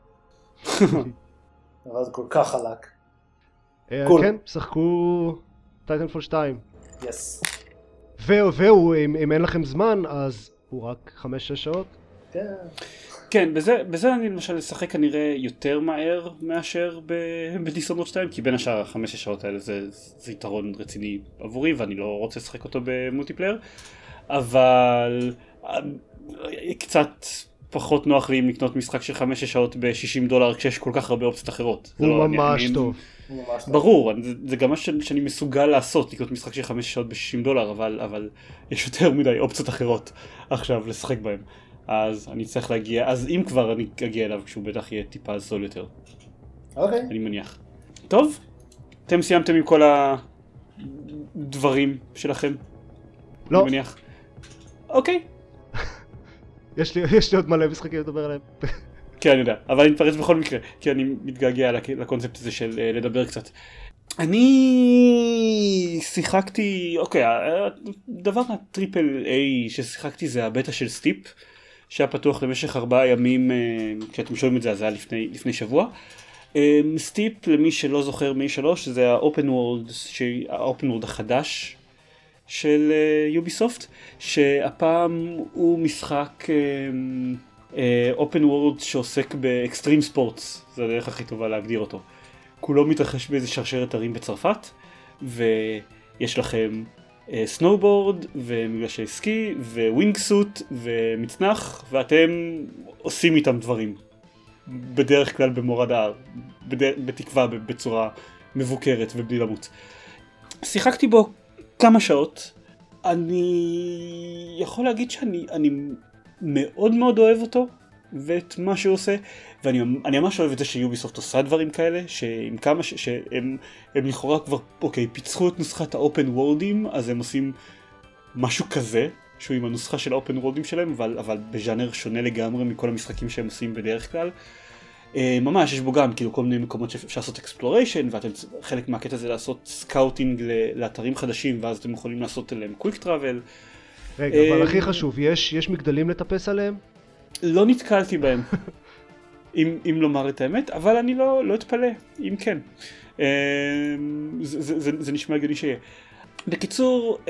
עבד כל כך חלק. כן, שחקו טייטנפול 2. יס. והוא, אם אין לכם זמן, אז הוא רק 5-6 שעות. כן. כן, בזה אני למשל אשחק כנראה יותר מהר מאשר בדיסונורד 2, כי בין השאר 5 שעות האלה זה יתרון רציני עבורי, ואני לא רוצה לשחק אותו במולטיפלייר, אבל קצת פחות נוח לי אם לקנות משחק של 5 שעות ב$60 כשיש כל כך הרבה אופציות אחרות. הוא ממש טוב. ברור, זה גם מה שאני מסוגל לעשות, לקנות משחק של 5 שעות ב$60, אבל יש יותר מדי אופציות אחרות עכשיו לשחק בהם. אז אני צריך להגיע, אז אם כבר אני אגיע אליו כשהוא בטח יהיה טיפה זול יותר. אוקיי. אני מניח. טוב, אתם סיימתם עם כל הדברים שלכם? לא. אני מניח. אוקיי. יש לי עוד מלא משחקים לדבר עליהם. כן, אני יודע, אבל אני מתפרץ בכל מקרה, כי אני מתגעגע לקונספט הזה של לדבר קצת. אני שיחקתי, אוקיי, הדבר הטריפל איי ששיחקתי זה הבטא של סטיפ, שהיה פתוח למשך 4 ימים, כשאתם שומעים את זה, אז זה היה לפני שבוע. סטיפ, למי שלא זוכר מ-3, זה האופן וורד החדש של יוביסופט, שהפעם הוא משחק אופן וורד שעוסק באקסטרים ספורטס, זה הדרך הכי טובה להגדיר אותו. כולו מתרחש באיזה שרשרת ערים בצרפת, ויש לכם סנובורד ומגלשי סקי ווינגסוט ומצנח, ואתם עושים איתם דברים בדרך כלל במורד ההר, בתקווה בצורה מבוקרת ובלי למות. שיחקתי בו כמה שעות, אני יכול להגיד שאני מאוד מאוד אוהב אותו ואת מה שהוא עושה, ואני ממש אוהב את זה שיוביסופט עושה דברים כאלה, שעם כמה שהם לכאורה כבר, אוקיי, פיצחו את נוסחת האופן וורדים, אז הם עושים משהו כזה, שהוא עם הנוסחה של האופן וורדים שלהם, אבל בז'אנר שונה לגמרי מכל המשחקים שהם עושים בדרך כלל. ממש יש בו גם כאילו כל מיני מקומות שאפשר לעשות אקספלוריישן, ואתם חלק מהקטע זה לעשות סקאוטינג לאתרים חדשים, ואז אתם יכולים לעשות אליהם קוויק טראבל. רגע, אבל הכי חשוב, יש מגדלים לטפס עליהם? לא נתקלתי בהם, אם לומר את האמת, אבל אני לא אתפלא, אם כן. זה נשמע הגיוני שיהיה. בקיצור,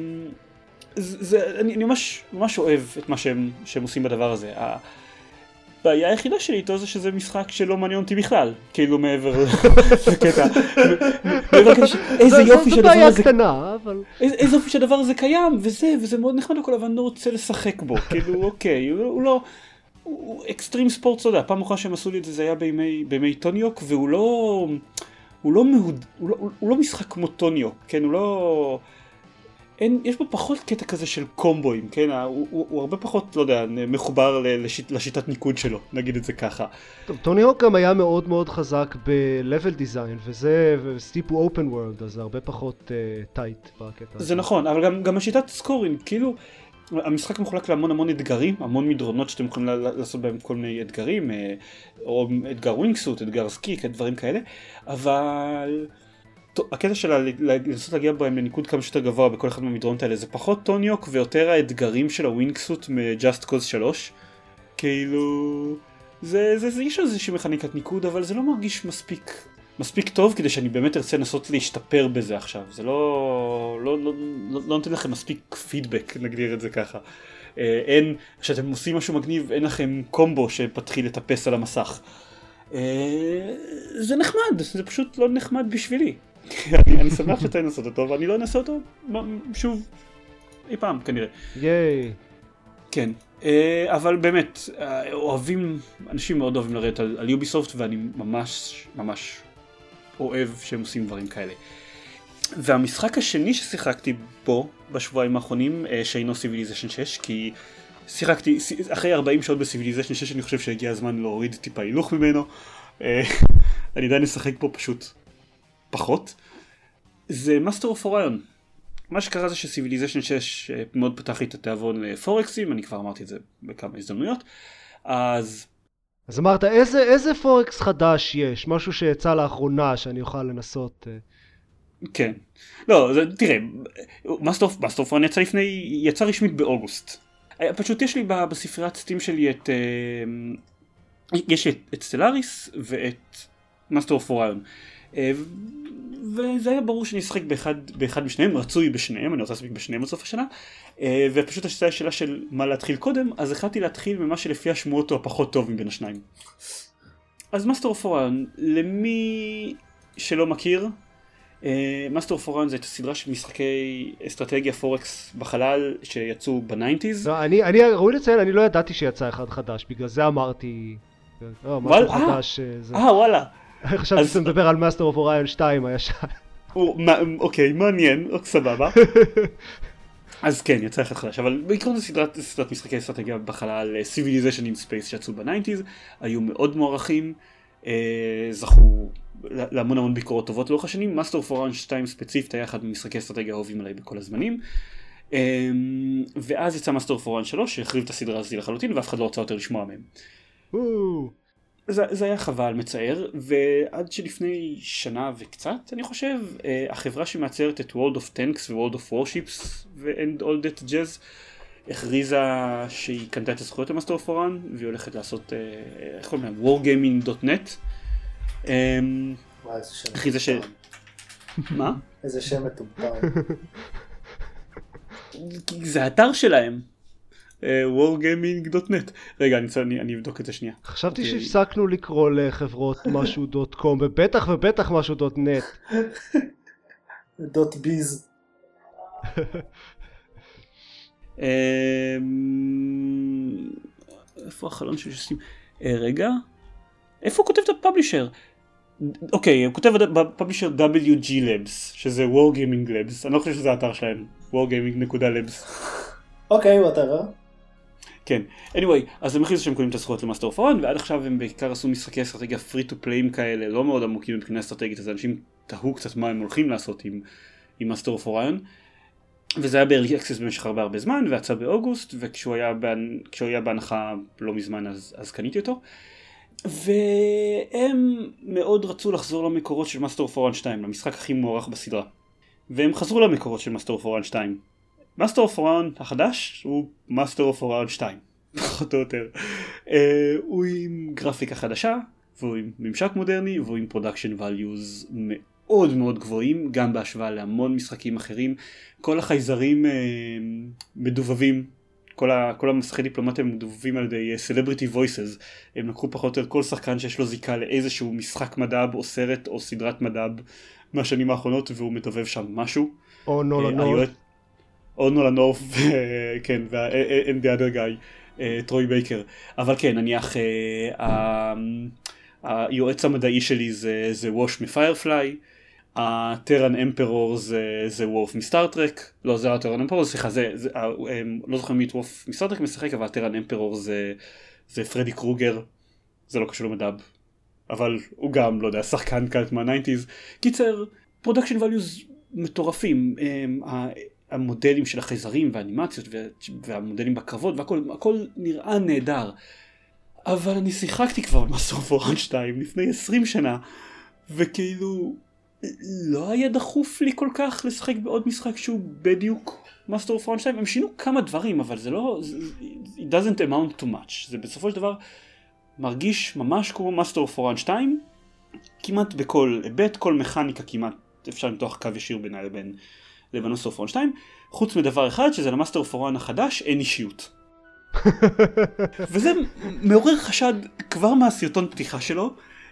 אני ממש אוהב את מה שהם עושים בדבר הזה. הבעיה היחידה שלי איתו זה שזה משחק שלא מעניין אותי בכלל, כאילו מעבר לקטע. איזה יופי שהדבר הזה קיים, וזה מאוד נחמד הכל, אבל אני לא רוצה לשחק בו, כאילו אוקיי, הוא לא... אקסטרים ספורט, אתה יודע, פעם אחרונה שהם עשו לי את זה היה בימי טוניוק, והוא הוא לא משחק כמו טוניו, כן, הוא לא... יש בו פחות קטע כזה של קומבואים, כן, הוא הרבה פחות, לא יודע, מחובר לשיטת ניקוד שלו, נגיד את זה ככה. טוב, טוני הוק גם היה מאוד מאוד חזק ב-level design, וזה, וסטיפ הוא open world, אז זה הרבה פחות טייט בקטע. זה נכון, אבל גם השיטת סקורינג, כאילו, המשחק מחולק להמון המון אתגרים, המון מדרונות שאתם יכולים לעשות בהם כל מיני אתגרים, או אתגר ווינגסוט, אתגר סקיק, דברים כאלה, אבל... הקטע שלה לנסות להגיע בהם לניקוד כמה שיותר גבוה בכל אחד מהמדרונות האלה זה פחות טוניוק ויותר האתגרים של הווינגסוט מ-Just Cause 3 כאילו זה יש איזושהי מכניקת ניקוד אבל זה לא מרגיש מספיק טוב כדי שאני באמת ארצה לנסות להשתפר בזה עכשיו זה לא נותן לכם מספיק פידבק נגדיר את זה ככה אין, כשאתם עושים משהו מגניב אין לכם קומבו שפתחיל לטפס על המסך זה נחמד, זה פשוט לא נחמד בשבילי אני שמח שאתה ננסות אותו ואני לא אנסה אותו שוב אי פעם כנראה ייי כן אבל באמת אנשים מאוד אוהבים לראות על יוביסופט ואני ממש אוהב שהם עושים דברים כאלה והמשחק השני ששיחקתי בו בשבועיים האחרונים שאינו סיביליזיישן 6 כי שיחקתי אחרי 40 שעות בסיביליזיישן 6 אני חושב שהגיע הזמן להוריד טיפה הילוך ממנו אני עדיין אשחק פה פשוט פחות זה מאסטר אוף אוריון מה שקרה זה שסיביליזיישן 6 מאוד פתח לי את התיאבון לפורקסים אני כבר אמרתי את זה בכמה הזדמנויות אז אמרת איזה פורקס חדש יש משהו שיצא לאחרונה שאני אוכל לנסות כן לא תראה מאסטר אוף אוריון יצא רשמית באוגוסט פשוט יש לי בספריית סטים שלי יש את סטלאריס ואת מאסטר אוף אוריון וזה היה ברור שאני אשחק באחד משניהם, רצוי בשניהם, אני רוצה להספיק בשניהם עד סוף השנה ופשוט השאלה שאלה של מה להתחיל קודם אז החלטתי להתחיל ממה שלפי השמועות הוא הפחות טוב מבין השניים אז מאסטר אוף אוריון למי שלא מכיר מאסטר אוף אוריון זה את הסדרה של משחקי אסטרטגיה פורקס בחלל שיצאו בניינטיז לא, אני ראוי לציין, אני לא ידעתי שיצא אחד חדש בגלל זה אמרתי משהו חדש וואלה חשבתי שאתה מדבר על מאסטר אוף אוריון 2 הישן אוקיי, מעניין, סבבה אז כן, יצא אחד חדש אבל בעיקרון זה סדרת משחקי אסטרטגיה בחלל Civilization in Space שיצאו בניינטיז היו מאוד מוערכים זכו להמון ביקורות טובות לאורך השנים מאסטר אוף אוריון 2 ספציפית היה אחד ממשחקי אסטרטגיה אהובים עליי בכל הזמנים ואז יצא מאסטר אוף אוריון 3 שהחריב את הסדרה הזו לחלוטין ואף אחד לא רוצה יותר לשמוע מהם זה היה חבל מצער ועד שלפני שנה וקצת אני חושב החברה שמייצרת את World of Tanks ו-World of Warships ו-And All That Jazz הכריזה שהיא קנתה את הזכויות למאסטר אוף אוריון והיא הולכת לעשות איך קוראים להם? wargaming.net הכריזה ש... מה? איזה שם מטומטם זה האתר שלהם wargaming.net רגע אני אבדוק את זה שנייה חשבתי שהפסקנו לקרוא לחברות משהו .com ובטח משהו .net .biz איפה החלון שעושים רגע איפה הוא כותב את הפאבלישר אוקיי הוא כותב בפאבלישר WG Labs שזה wargaming labs אני לא חושב שזה האתר שלהם wargaming.labs אוקיי, whatever. כן, anyway, אז הם הכריזו שהם קונים את הזכויות למאסטר אוף אוריון, ועד עכשיו הם בעיקר עשו משחקי אסטרטגיה פרי טו פליים כאלה, לא מאוד עמוקים מבחינה אסטרטגית, אז אנשים תהו קצת מה הם הולכים לעשות עם מאסטר אוף אוריון, וזה היה בארלי אקסס במשך הרבה זמן, ויצא באוגוסט, וכשהוא היה בהנחה לא מזמן אז קניתי אותו, והם מאוד רצו לחזור למקורות של מאסטר אוף אוריון 2, למשחק הכי מוערך בסדרה, והם חזרו למקורות של מאסטר אוף אוריון 2. מאסטר אוף אוריון החדש הוא מאסטר אוף אוריון 2 פחות או יותר הוא עם גרפיקה חדשה והוא עם ממשק מודרני והוא עם פרודקשן ואליוז מאוד מאוד גבוהים גם בהשוואה להמון משחקים אחרים כל החייזרים מדובבים כל המשחקי דיפלומטיה הם מדובבים על ידי celebrity voices הם לקחו פחות או יותר כל שחקן שיש לו זיקה לאיזשהו משחק מדב או סרט או סדרת מדב מהשנים האחרונות והוא מדובב שם משהו או נולנור או נולנורף, כן, and the other guy, טרוי בייקר. אבל כן, נניח, היועץ המדעי שלי זה ווש מפיירפליי, הטרן אמפרור זה וורף מסטארטרק, לא זה הטרן אמפרור, סליחה, לא זוכר מי את וורף מסטארטרק משחק, אבל הטרן אמפרור זה פרדי קרוגר, זה לא קשור למדב, אבל הוא גם, לא יודע, שחקן קלט מה-90s. קיצר, פרודקשן ואליוז מטורפים, המודלים של החייזרים והאנימציות והמודלים בקרבות והכל נראה נהדר, אבל אני שיחקתי כבר במאסטר אוף אורנג' 2 לפני 20 שנה, וכאילו לא היה דחוף לי כל כך לשחק בעוד משחק שהוא בדיוק מאסטר אוף אורנג' 2. הם שינו כמה דברים, אבל זה לא, it doesn't amount to much. זה בסופו של דבר מרגיש ממש כמו מאסטר אוף אורנג' 2, כמעט בכל היבט, כל מכניקה כמעט אפשר למתוח קו ישיר בינה לבין מאסטר אוף אורנג' 2, חוץ מדבר אחד, שזה למאסטר אוף אורנג' החדש אין אישיות. וזה מעורר חשד כבר מהסרטון פתיחה שלו,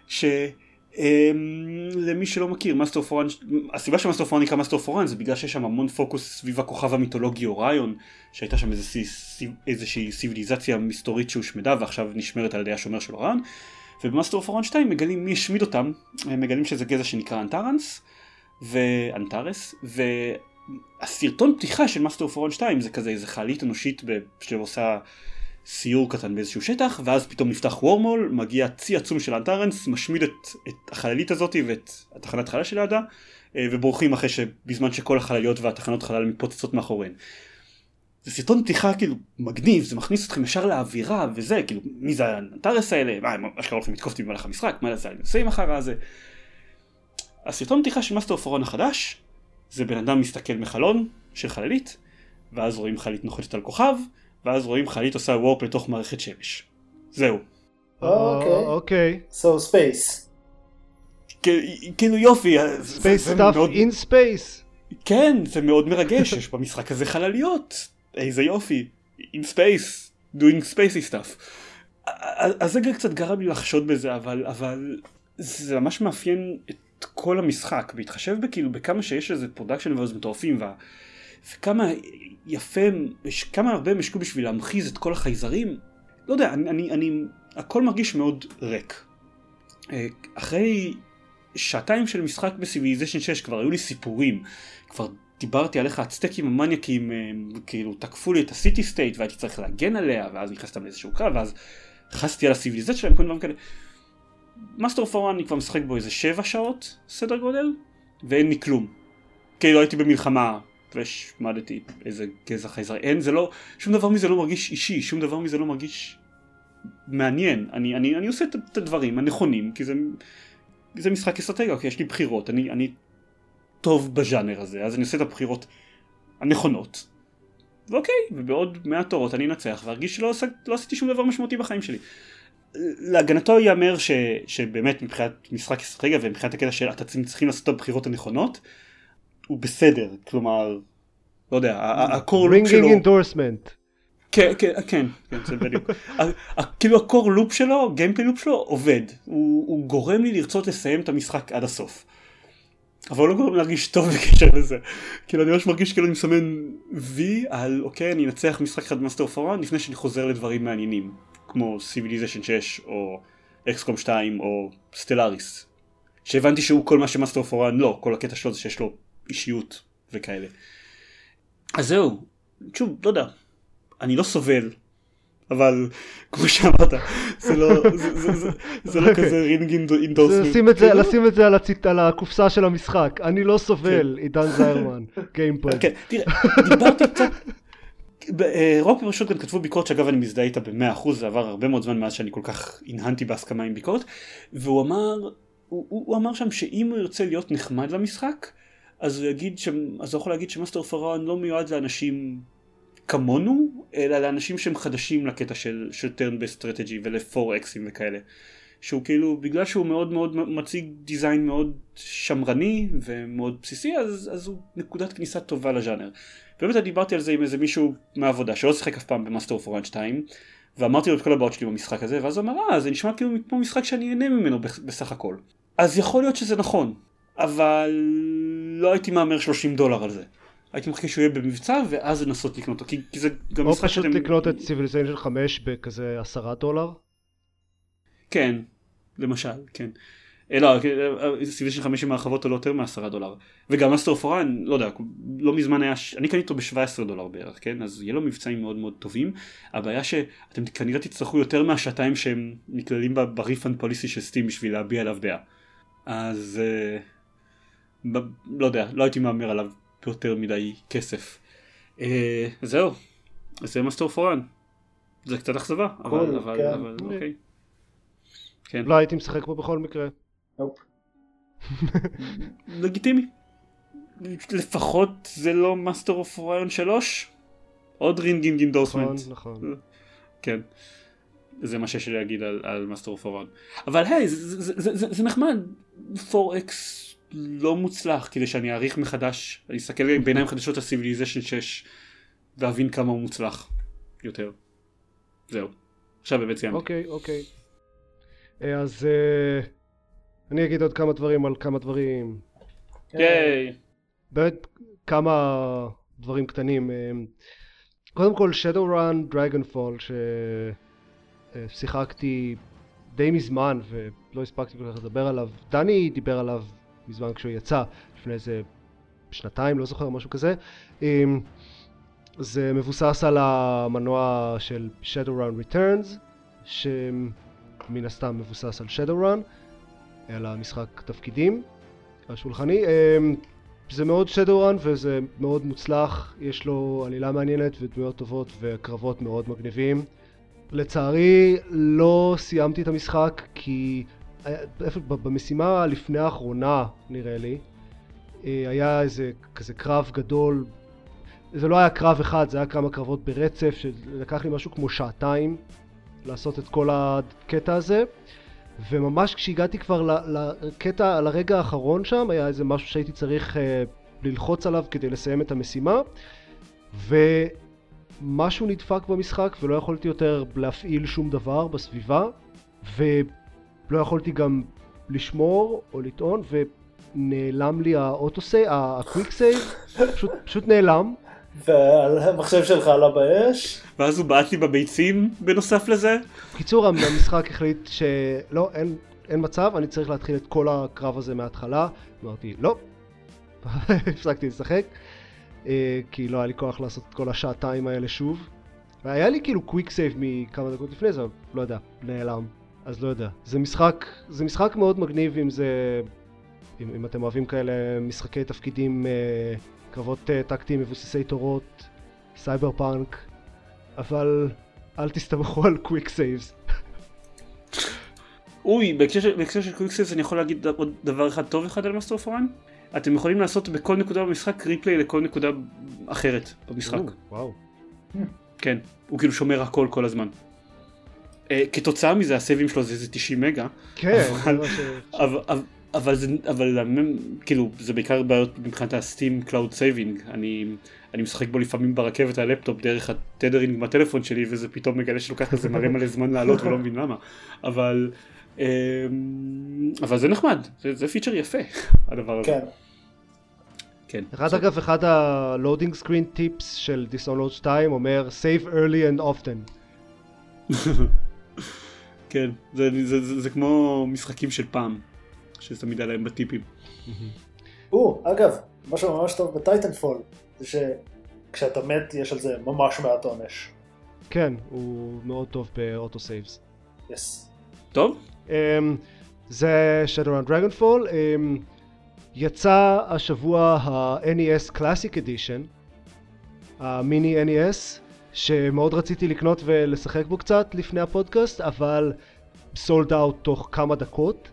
למי שלא מכיר, מאסטר אוף אורנג', הסיבה שמאסטר אוף אורנג' נקרא מאסטר אוף אורנג' זה בגלל שיש שם המון פוקוס סביב הכוכב המיתולוגי אוריון, שהייתה שם איזושהי סיביליזציה מסתורית שהושמדה ועכשיו נשמרת על ידי השומר של אוריון, ובמאסטר אוף אורנג' 2 מגלים מי השמיד אותם, מגלים שזה גזע שנקרא אנטרס, והסרטון פתיחה של מאסטר אוף אורנג' 2 זה כזה איזה חללית אנושית שעושה סיור קטן באיזשהו שטח, ואז פתאום נפתח וורמול, מגיע צי עצום של אנטרנס, משמיד את החללית הזאת ואת התחנת חלל של לידה, ובורחים אחרי שבזמן שכל החלליות והתחנות חלל מתפוצצות מאחוריהן. זה סרטון פתיחה כאילו מגניב, זה מכניס אתכם ישר לאווירה וזה, כאילו מי זה האנטרס האלה, הם אשכרה הולכים לתקוף אותי במהלך המשחק, מה זה עושים אחר הזה. הסרטון פתיחה של מאסטר אוף אורנג' החדש, זה בן אדם מסתכל מחלון של חללית, ואז רואים חללית נוחתת על כוכב, ואז רואים חללית עושה וורפ לתוך מערכת שמש. זהו. אוקיי. So space. כאילו יופי. Space stuff in space. כן, זה מאוד מרגש. יש במשחק הזה חלליות. איזה יופי. In space. Doing spacey stuff. אז זה קצת גרם לי לחשוד בזה, אבל זה ממש מאפיין את כל המשחק. בהתחשב בכמה שיש איזה פרודקשן ואוז מטורפים, וכמה יפה, כמה הרבה הם השקעו בשביל להמחיז את כל החייזרים. לא יודע, הכל מרגיש מאוד ריק. אחרי שעתיים של משחק בסיביליזיישן 6 כבר היו לי סיפורים, כבר דיברתי על איך הצטקים המניאקים כאילו תקפו לי את הסיטי סטייט והייתי צריך להגן עליה, ואז נכנסתם לאיזשהו קרב, ואז חסתי על הסיביליזיישן שלהם, כל דברים כאלה. מאסטר אוף אורנג' אני כבר משחק בו איזה 7 שעות סדר גודל, ואין לי כלום. כאילו הייתי במלחמה ושמדתי איזה גזע חייזר. אין, זה לא, שום דבר מזה לא מרגיש אישי, שום דבר מזה לא מרגיש מעניין. אני עושה את הדברים הנכונים, כי זה משחק אסטרטגיה, כי יש לי בחירות, אני טוב בז'אנר הזה, אז אני עושה את הבחירות הנכונות. ואוקיי, ובעוד 100 תורות אני אנצח, והרגיש שלא עשיתי שום דבר משמעותי בחיים שלי. להגנתו יאמר שבאמת מבחינת משחק אסטרטגיה ומבחינת הקטע של אתם צריכים לעשות את הבחירות הנכונות, הוא בסדר, כלומר, לא יודע, הקור לופ שלו... ringing endorsement. כן, זה בדיוק. כאילו הקור לופ שלו, גיימפלי לופ שלו, עובד. הוא גורם לי לרצות לסיים את המשחק עד הסוף. אבל הוא לא גורם להרגיש טוב בקשר לזה. כאילו אני ממש מרגיש כאילו אני מסמן וי על, אוקיי, אני אנצח משחק אחד במאסטר אוף אורנג' לפני שאני חוזר לדברים מעניינים, כמו סיביליזיישן 6, או אקסקום 2, או סטלאריס. שהבנתי שהוא כל מה שמאסטר אוף אורנג' לא, כל הקטע שלו זה שיש לו אישיות וכאלה. אז זהו, שוב, לא יודע, אני לא סובל, אבל כמו שאמרת, זה לא כזה רינג אינדורסמנט. לשים את זה על הקופסה של המשחק, אני לא סובל, עידן זיירמן, גיימפד. כן, תראה, דיברתי קצת, רוק פשוט גם כתבו ביקורת שאגב אני מזדהה איתה ב100%, זה עבר הרבה מאוד זמן מאז שאני כל כך הנהנתי בהסכמה עם ביקורת, והוא אמר שם שאם הוא ירצה להיות נחמד למשחק, אז הוא יכול להגיד שמאסטר אוף אורנג' לא מיועד לאנשים כמונו, אלא לאנשים שהם חדשים לקטע של turn based strategy ול4X'ים וכאלה. שהוא כאילו, בגלל שהוא מאוד מאוד מציג דיזיין מאוד שמרני ומאוד בסיסי, אז הוא נקודת כניסה טובה לז'אנר. באמת דיברתי על זה עם איזה מישהו מהעבודה, שלא שחק אף פעם במאסטר אוף אורנג' 2, ואמרתי לו את כל הבעיות שלי במשחק הזה, ואז הוא אמר, זה נשמע כאילו כמו משחק שאני אהנה ממנו בסך הכל. אז יכול להיות שזה נכון, אבל לא הייתי מאמר $30 על זה. הייתי מחכה שהוא יהיה במבצע, ואז לנסות לקנות אותו, כי זה גם משחק שאתם... או פשוט לקנות את סיביליזיישן 5 בכזה $10? כן. למשל, כן. לא, Civilization 5 עם ההרחבות עולה יותר $10. וגם Master of Orion, לא יודע, לא מזמן היה, אני קניתי אותו $17 בערך, כן? אז יהיה לו מבצעים מאוד מאוד טובים. הבעיה שאתם כנראה תצטרכו יותר מהשעתיים שהם נכללים ב-refund policy של סטים בשביל להביע עליו דעה. אז לא יודע, לא הייתי מאמר עליו יותר מדי כסף. זהו, זה Master of Orion. זה קצת אכזבה, אבל אוקיי. כן. לא הייתי משחק בו בכל מקרה. נופ. לגיטימי. לפחות זה לא Master of Orion 3? עוד רינגינג אינדורסמנט. נכון. כן. זה מה שיש לי להגיד על Master of Orion. אבל היי, זה נחמד. 4X לא מוצלח, כדי שאני אעריך מחדש, אני אסתכל בעיניים חדשות על Civilization 6, ואבין כמה הוא מוצלח יותר. זהו. עכשיו באמת סיימתי. אוקיי. אז אני אגיד עוד כמה דברים על כמה דברים. ייי. באמת כמה דברים קטנים. קודם כל Shadowrun Dragonfall ששיחקתי די מזמן ולא הספקתי כל כך לדבר עליו. דני דיבר עליו מזמן כשהוא יצא, לפני איזה שנתיים, לא זוכר, משהו כזה. זה מבוסס על המנוע של Shadowrun Returns, שמן הסתם מבוסס על Shadowrun, על המשחק תפקידים השולחני. זה מאוד Shadowrun וזה מאוד מוצלח, יש לו עלילה מעניינת ודמויות טובות וקרבות מאוד מגניבים. לצערי לא סיימתי את המשחק כי במשימה לפני האחרונה נראה לי היה איזה כזה קרב גדול. זה לא היה קרב אחד, זה היה כמה קרבות ברצף שלקח לי משהו כמו שעתיים לעשות את כל הקטע הזה, וממש כשהגעתי כבר לקטע, לרגע האחרון שם, היה איזה משהו שהייתי צריך ללחוץ עליו כדי לסיים את המשימה, ומשהו נדפק במשחק ולא יכולתי יותר להפעיל שום דבר בסביבה, ולא יכולתי גם לשמור או לטעון, ונעלם לי האוטוסייב, הקוויק סייב, פשוט נעלם. והמחשב שלך עלה באש. ואז הוא בעט לי בביצים בנוסף לזה. בקיצור, המשחק החליט שלא, אין מצב, אני צריך להתחיל את כל הקרב הזה מההתחלה. אמרתי, לא. הפסקתי לשחק, כי לא היה לי כוח לעשות את כל השעתיים האלה שוב. והיה לי כאילו קוויק סייב מכמה דקות לפני זה, לא יודע, נעלם. אז לא יודע. זה משחק מאוד מגניב אם אתם אוהבים כאלה משחקי תפקידים, קרבות טקטיים מבוססי תורות, סייבר פאנק, אבל אל תסתמכו על קוויק סייבס. אוי, בהקשר של קוויק סייבס אני יכול להגיד עוד דבר אחד טוב אחד על Master of Orion. אתם יכולים לעשות בכל נקודה במשחק ריפליי לכל נקודה אחרת במשחק. וואו. כן, הוא כאילו שומר הכל כל הזמן. כתוצאה מזה הסייבים שלו זה איזה 90 מגה. כן. אבל כאילו זה בעיקר בעיות מבחינת הסטים קלאוד סייבינג. אני משחק בו לפעמים ברכבת על הלפטופ דרך הטדרינג מהטלפון שלי, וזה פתאום מגלה שלוקח לזה מלא זמן לעלות ולא מבין למה. אבל זה נחמד, זה פיצ'ר יפה הדבר הזה. כן. אגב, אחד הלואודינג סקרין טיפס של Dishonored 2 אומר save early and often. כן, זה כמו משחקים של פעם שזה תמיד עליהם בטיפים. אגב, משהו ממש טוב בטייטנפול זה שכשאתה מת יש על זה ממש מעט עונש. כן, הוא מאוד טוב באוטו סייבס. יס. טוב? זה Shadowrun Dragonfall. יצא השבוע ה-NES Classic Edition, המיני NES, שמאוד רציתי לקנות ולשחק בו קצת לפני הפודקאסט, אבל סולד אאוט תוך כמה דקות,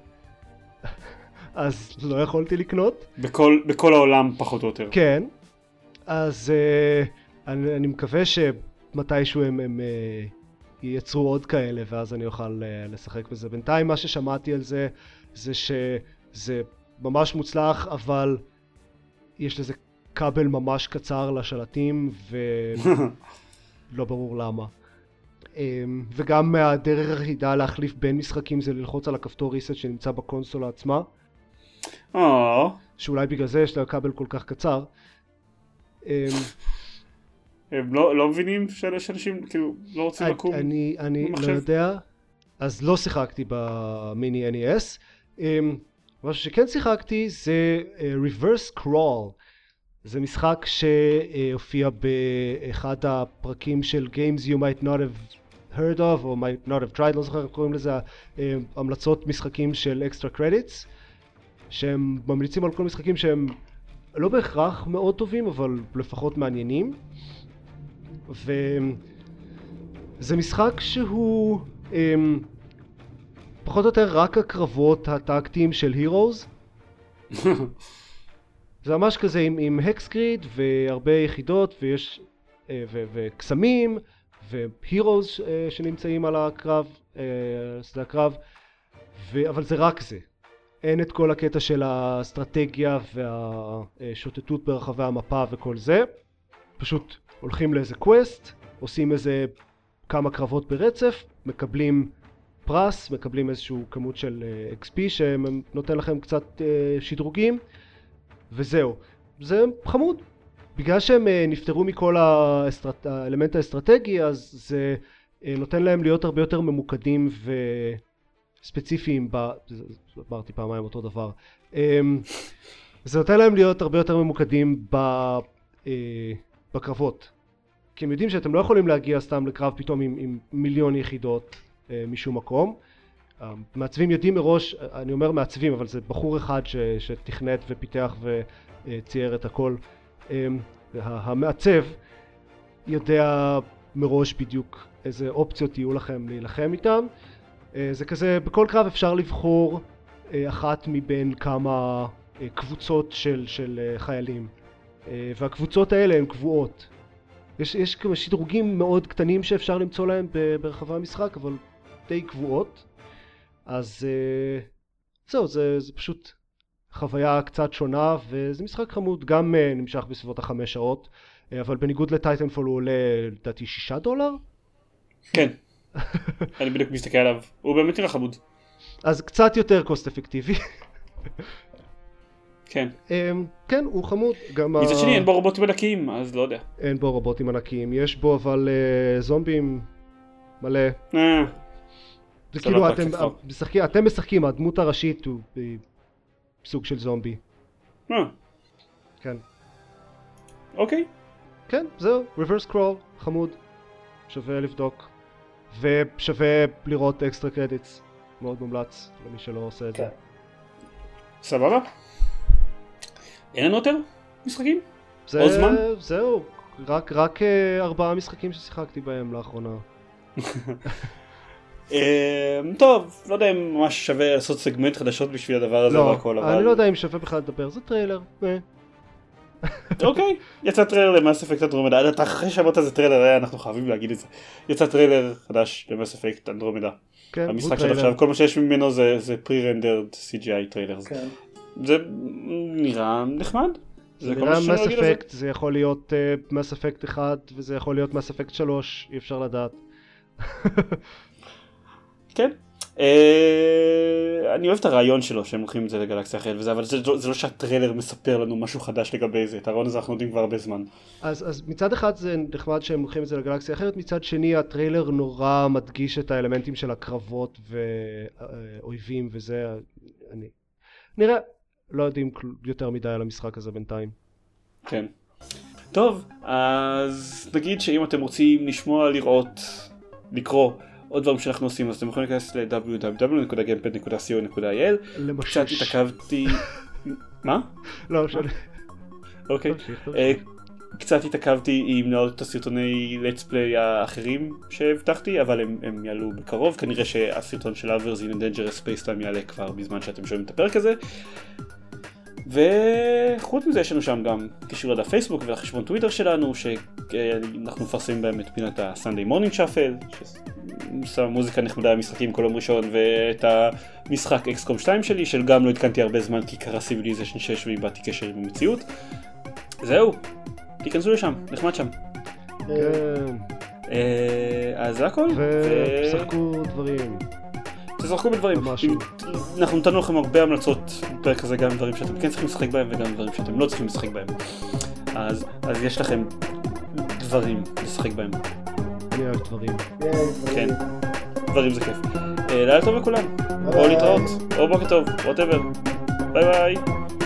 אז לא יכולתי לקנות. בכל העולם פחות או יותר. כן, אז אני מקווה שמתישהו הם ייצרו עוד כאלה, ואז אני אוכל לשחק בזה. בינתיים מה ששמעתי על זה, זה שזה ממש מוצלח, אבל יש לזה כבל ממש קצר לשלטים, ולא ברור למה. וגם מהדרך היחידה להחליף בין משחקים זה ללחוץ על הכפתור ריסט שנמצא בקונסולה עצמה. שאולי בגלל זה יש לה כבל כל כך קצר. הם לא מבינים שאנשים כאילו לא רוצים לקום? אני לא יודע, אז לא שיחקתי במיני NES. משהו שכן שיחקתי זה Reverse Crawl. זה משחק שהופיע באחד הפרקים של Games You Might Not Have Heard Of או Might Not Have Tried, לא זוכר איך קוראים לזה, המלצות משחקים של Extra Credits, שהם ממליצים על כל משחקים שהם לא בהכרח מאוד טובים, אבל לפחות מעניינים. וזה משחק שהוא פחות או יותר רק הקרבות הטקטיים של Heroes. זה ממש כזה עם הקסגריד והרבה יחידות ויש וקסמים והירוס שנמצאים על הקרב, שדה הקרב, אבל זה רק זה. אין את כל הקטע של האסטרטגיה והשוטטות ברחבי המפה וכל זה. פשוט הולכים לאיזה קווסט, עושים איזה כמה קרבות ברצף, מקבלים פרס, מקבלים איזשהו כמות של XP שנותן לכם קצת שדרוגים, וזהו. זה חמוד. בגלל שהם נפטרו מכל האלמנט האסטרטגי, אז זה נותן להם להיות הרבה יותר ממוקדים וספציפיים, אמרתי פעמיים אותו דבר. זה נותן להם להיות הרבה יותר ממוקדים בקרבות. כי הם יודעים שאתם לא יכולים להגיע סתם לקרב פתאום עם מיליון יחידות משום מקום. מעצבים יודעים מראש, אני אומר מעצבים, אבל זה בחור אחד שתכנת ופיתח וצייר את הכל. המעצב יודע מראש בדיוק איזה אופציות יהיו לכם להילחם איתם. זה כזה, בכל קרב אפשר לבחור אחת מבין כמה קבוצות של חיילים. והקבוצות האלה הן קבועות. יש כמה שדרוגים מאוד קטנים שאפשר למצוא להם ברחבי המשחק, אבל די קבועות. אז זהו, זה פשוט חוויה קצת שונה, וזה משחק חמוד, גם נמשך בסביבות 5 שעות, אבל בניגוד לטייטנפול הוא עולה לדעתי $6. כן, אני בדיוק מסתכל עליו, הוא באמת נראה חמוד. אז קצת יותר קוסט אפקטיבי. כן. כן, הוא חמוד. מצד שני אין בו רובוטים ענקיים, אז לא יודע. אין בו רובוטים ענקיים, יש בו אבל זומבים מלא. זה כאילו אתם משחקים, הדמות הראשית הוא סוג של זומבי. כן. אוקיי. כן, זהו, reverse crawl, חמוד. שווה לבדוק. ושווה לראות אקסטרה קרדיטס. מאוד מומלץ למי שלא עושה את זה. סבבה. אין לנו יותר משחקים? עוד זמן? זהו, רק 4 משחקים ששיחקתי בהם לאחרונה. טוב, לא יודע אם ממש שווה לעשות סגמנט חדשות בשביל הדבר הזה והכל, אבל... אני לא יודע אם שווה בכלל לדבר, זה טריילר. אוקיי, יצא טריילר למאס אפקט אנדרומדה, אתה אחרי שאמרת זה טריילר, אנחנו חייבים להגיד את זה. יצא טריילר חדש למאס אפקט אנדרומדה. המשחק של עכשיו, כל מה שיש ממנו זה pre-rendered CGI טריילר. זה נראה נחמד. זה נראה מאס אפקט, זה יכול להיות מאס אפקט 1 וזה יכול להיות מאס אפקט 3, אי אפשר לדעת. כן. אני אוהב את הרעיון שלו שהם הולכים את זה לגלקסיה אחרת וזה, אבל זה לא שהטריילר מספר לנו משהו חדש לגבי זה, את הרעיון הזה אנחנו יודעים כבר הרבה זמן. אז מצד אחד זה נחמד שהם הולכים את זה לגלקסיה אחרת, מצד שני הטריילר נורא מדגיש את האלמנטים של הקרבות ואויבים וזה, נראה, לא יודעים יותר מדי על המשחק הזה בינתיים. כן. טוב, אז נגיד שאם אתם רוצים לשמוע, לראות, לקרוא עוד דברים שאנחנו עושים, אז אתם יכולים להיכנס ל-www.gamepad.co.il. קצת התעכבתי... מה? לא, משנה. אוקיי. קצת התעכבתי עם להעלות את הסרטוני let's play האחרים שהבטחתי, אבל הם יעלו בקרוב. כנראה שהסרטון של Lovers in a Dangerous Space Time יעלה כבר בזמן שאתם שומעים את הפרק הזה. וחוץ מזה יש לנו שם גם קישור לדף פייסבוק ולחשבון טוויטר שלנו, שאנחנו מפרסמים בהם את פינת ה-Sunday Morning Shuffle, ששם מוזיקה נחמדה משחקים כל יום ראשון, ואת המשחק XCOM 2 שלי, של גם לא התקנתי הרבה זמן כי קרה Civilization 6 ואיבדתי קשר עם המציאות. זהו, תיכנסו לשם, נחמד שם. אז זה הכל. ושחקו דברים. תשחקו בדברים. אנחנו נתנו לכם הרבה המלצות בפרק הזה, גם דברים שאתם כן צריכים לשחק בהם וגם דברים שאתם לא צריכים לשחק בהם. אז יש לכם דברים לשחק בהם. אני אוהב דברים. כן. דברים זה כיף. לילה טוב לכולם, או להתראות, או בוקר טוב, whatever. ביי ביי.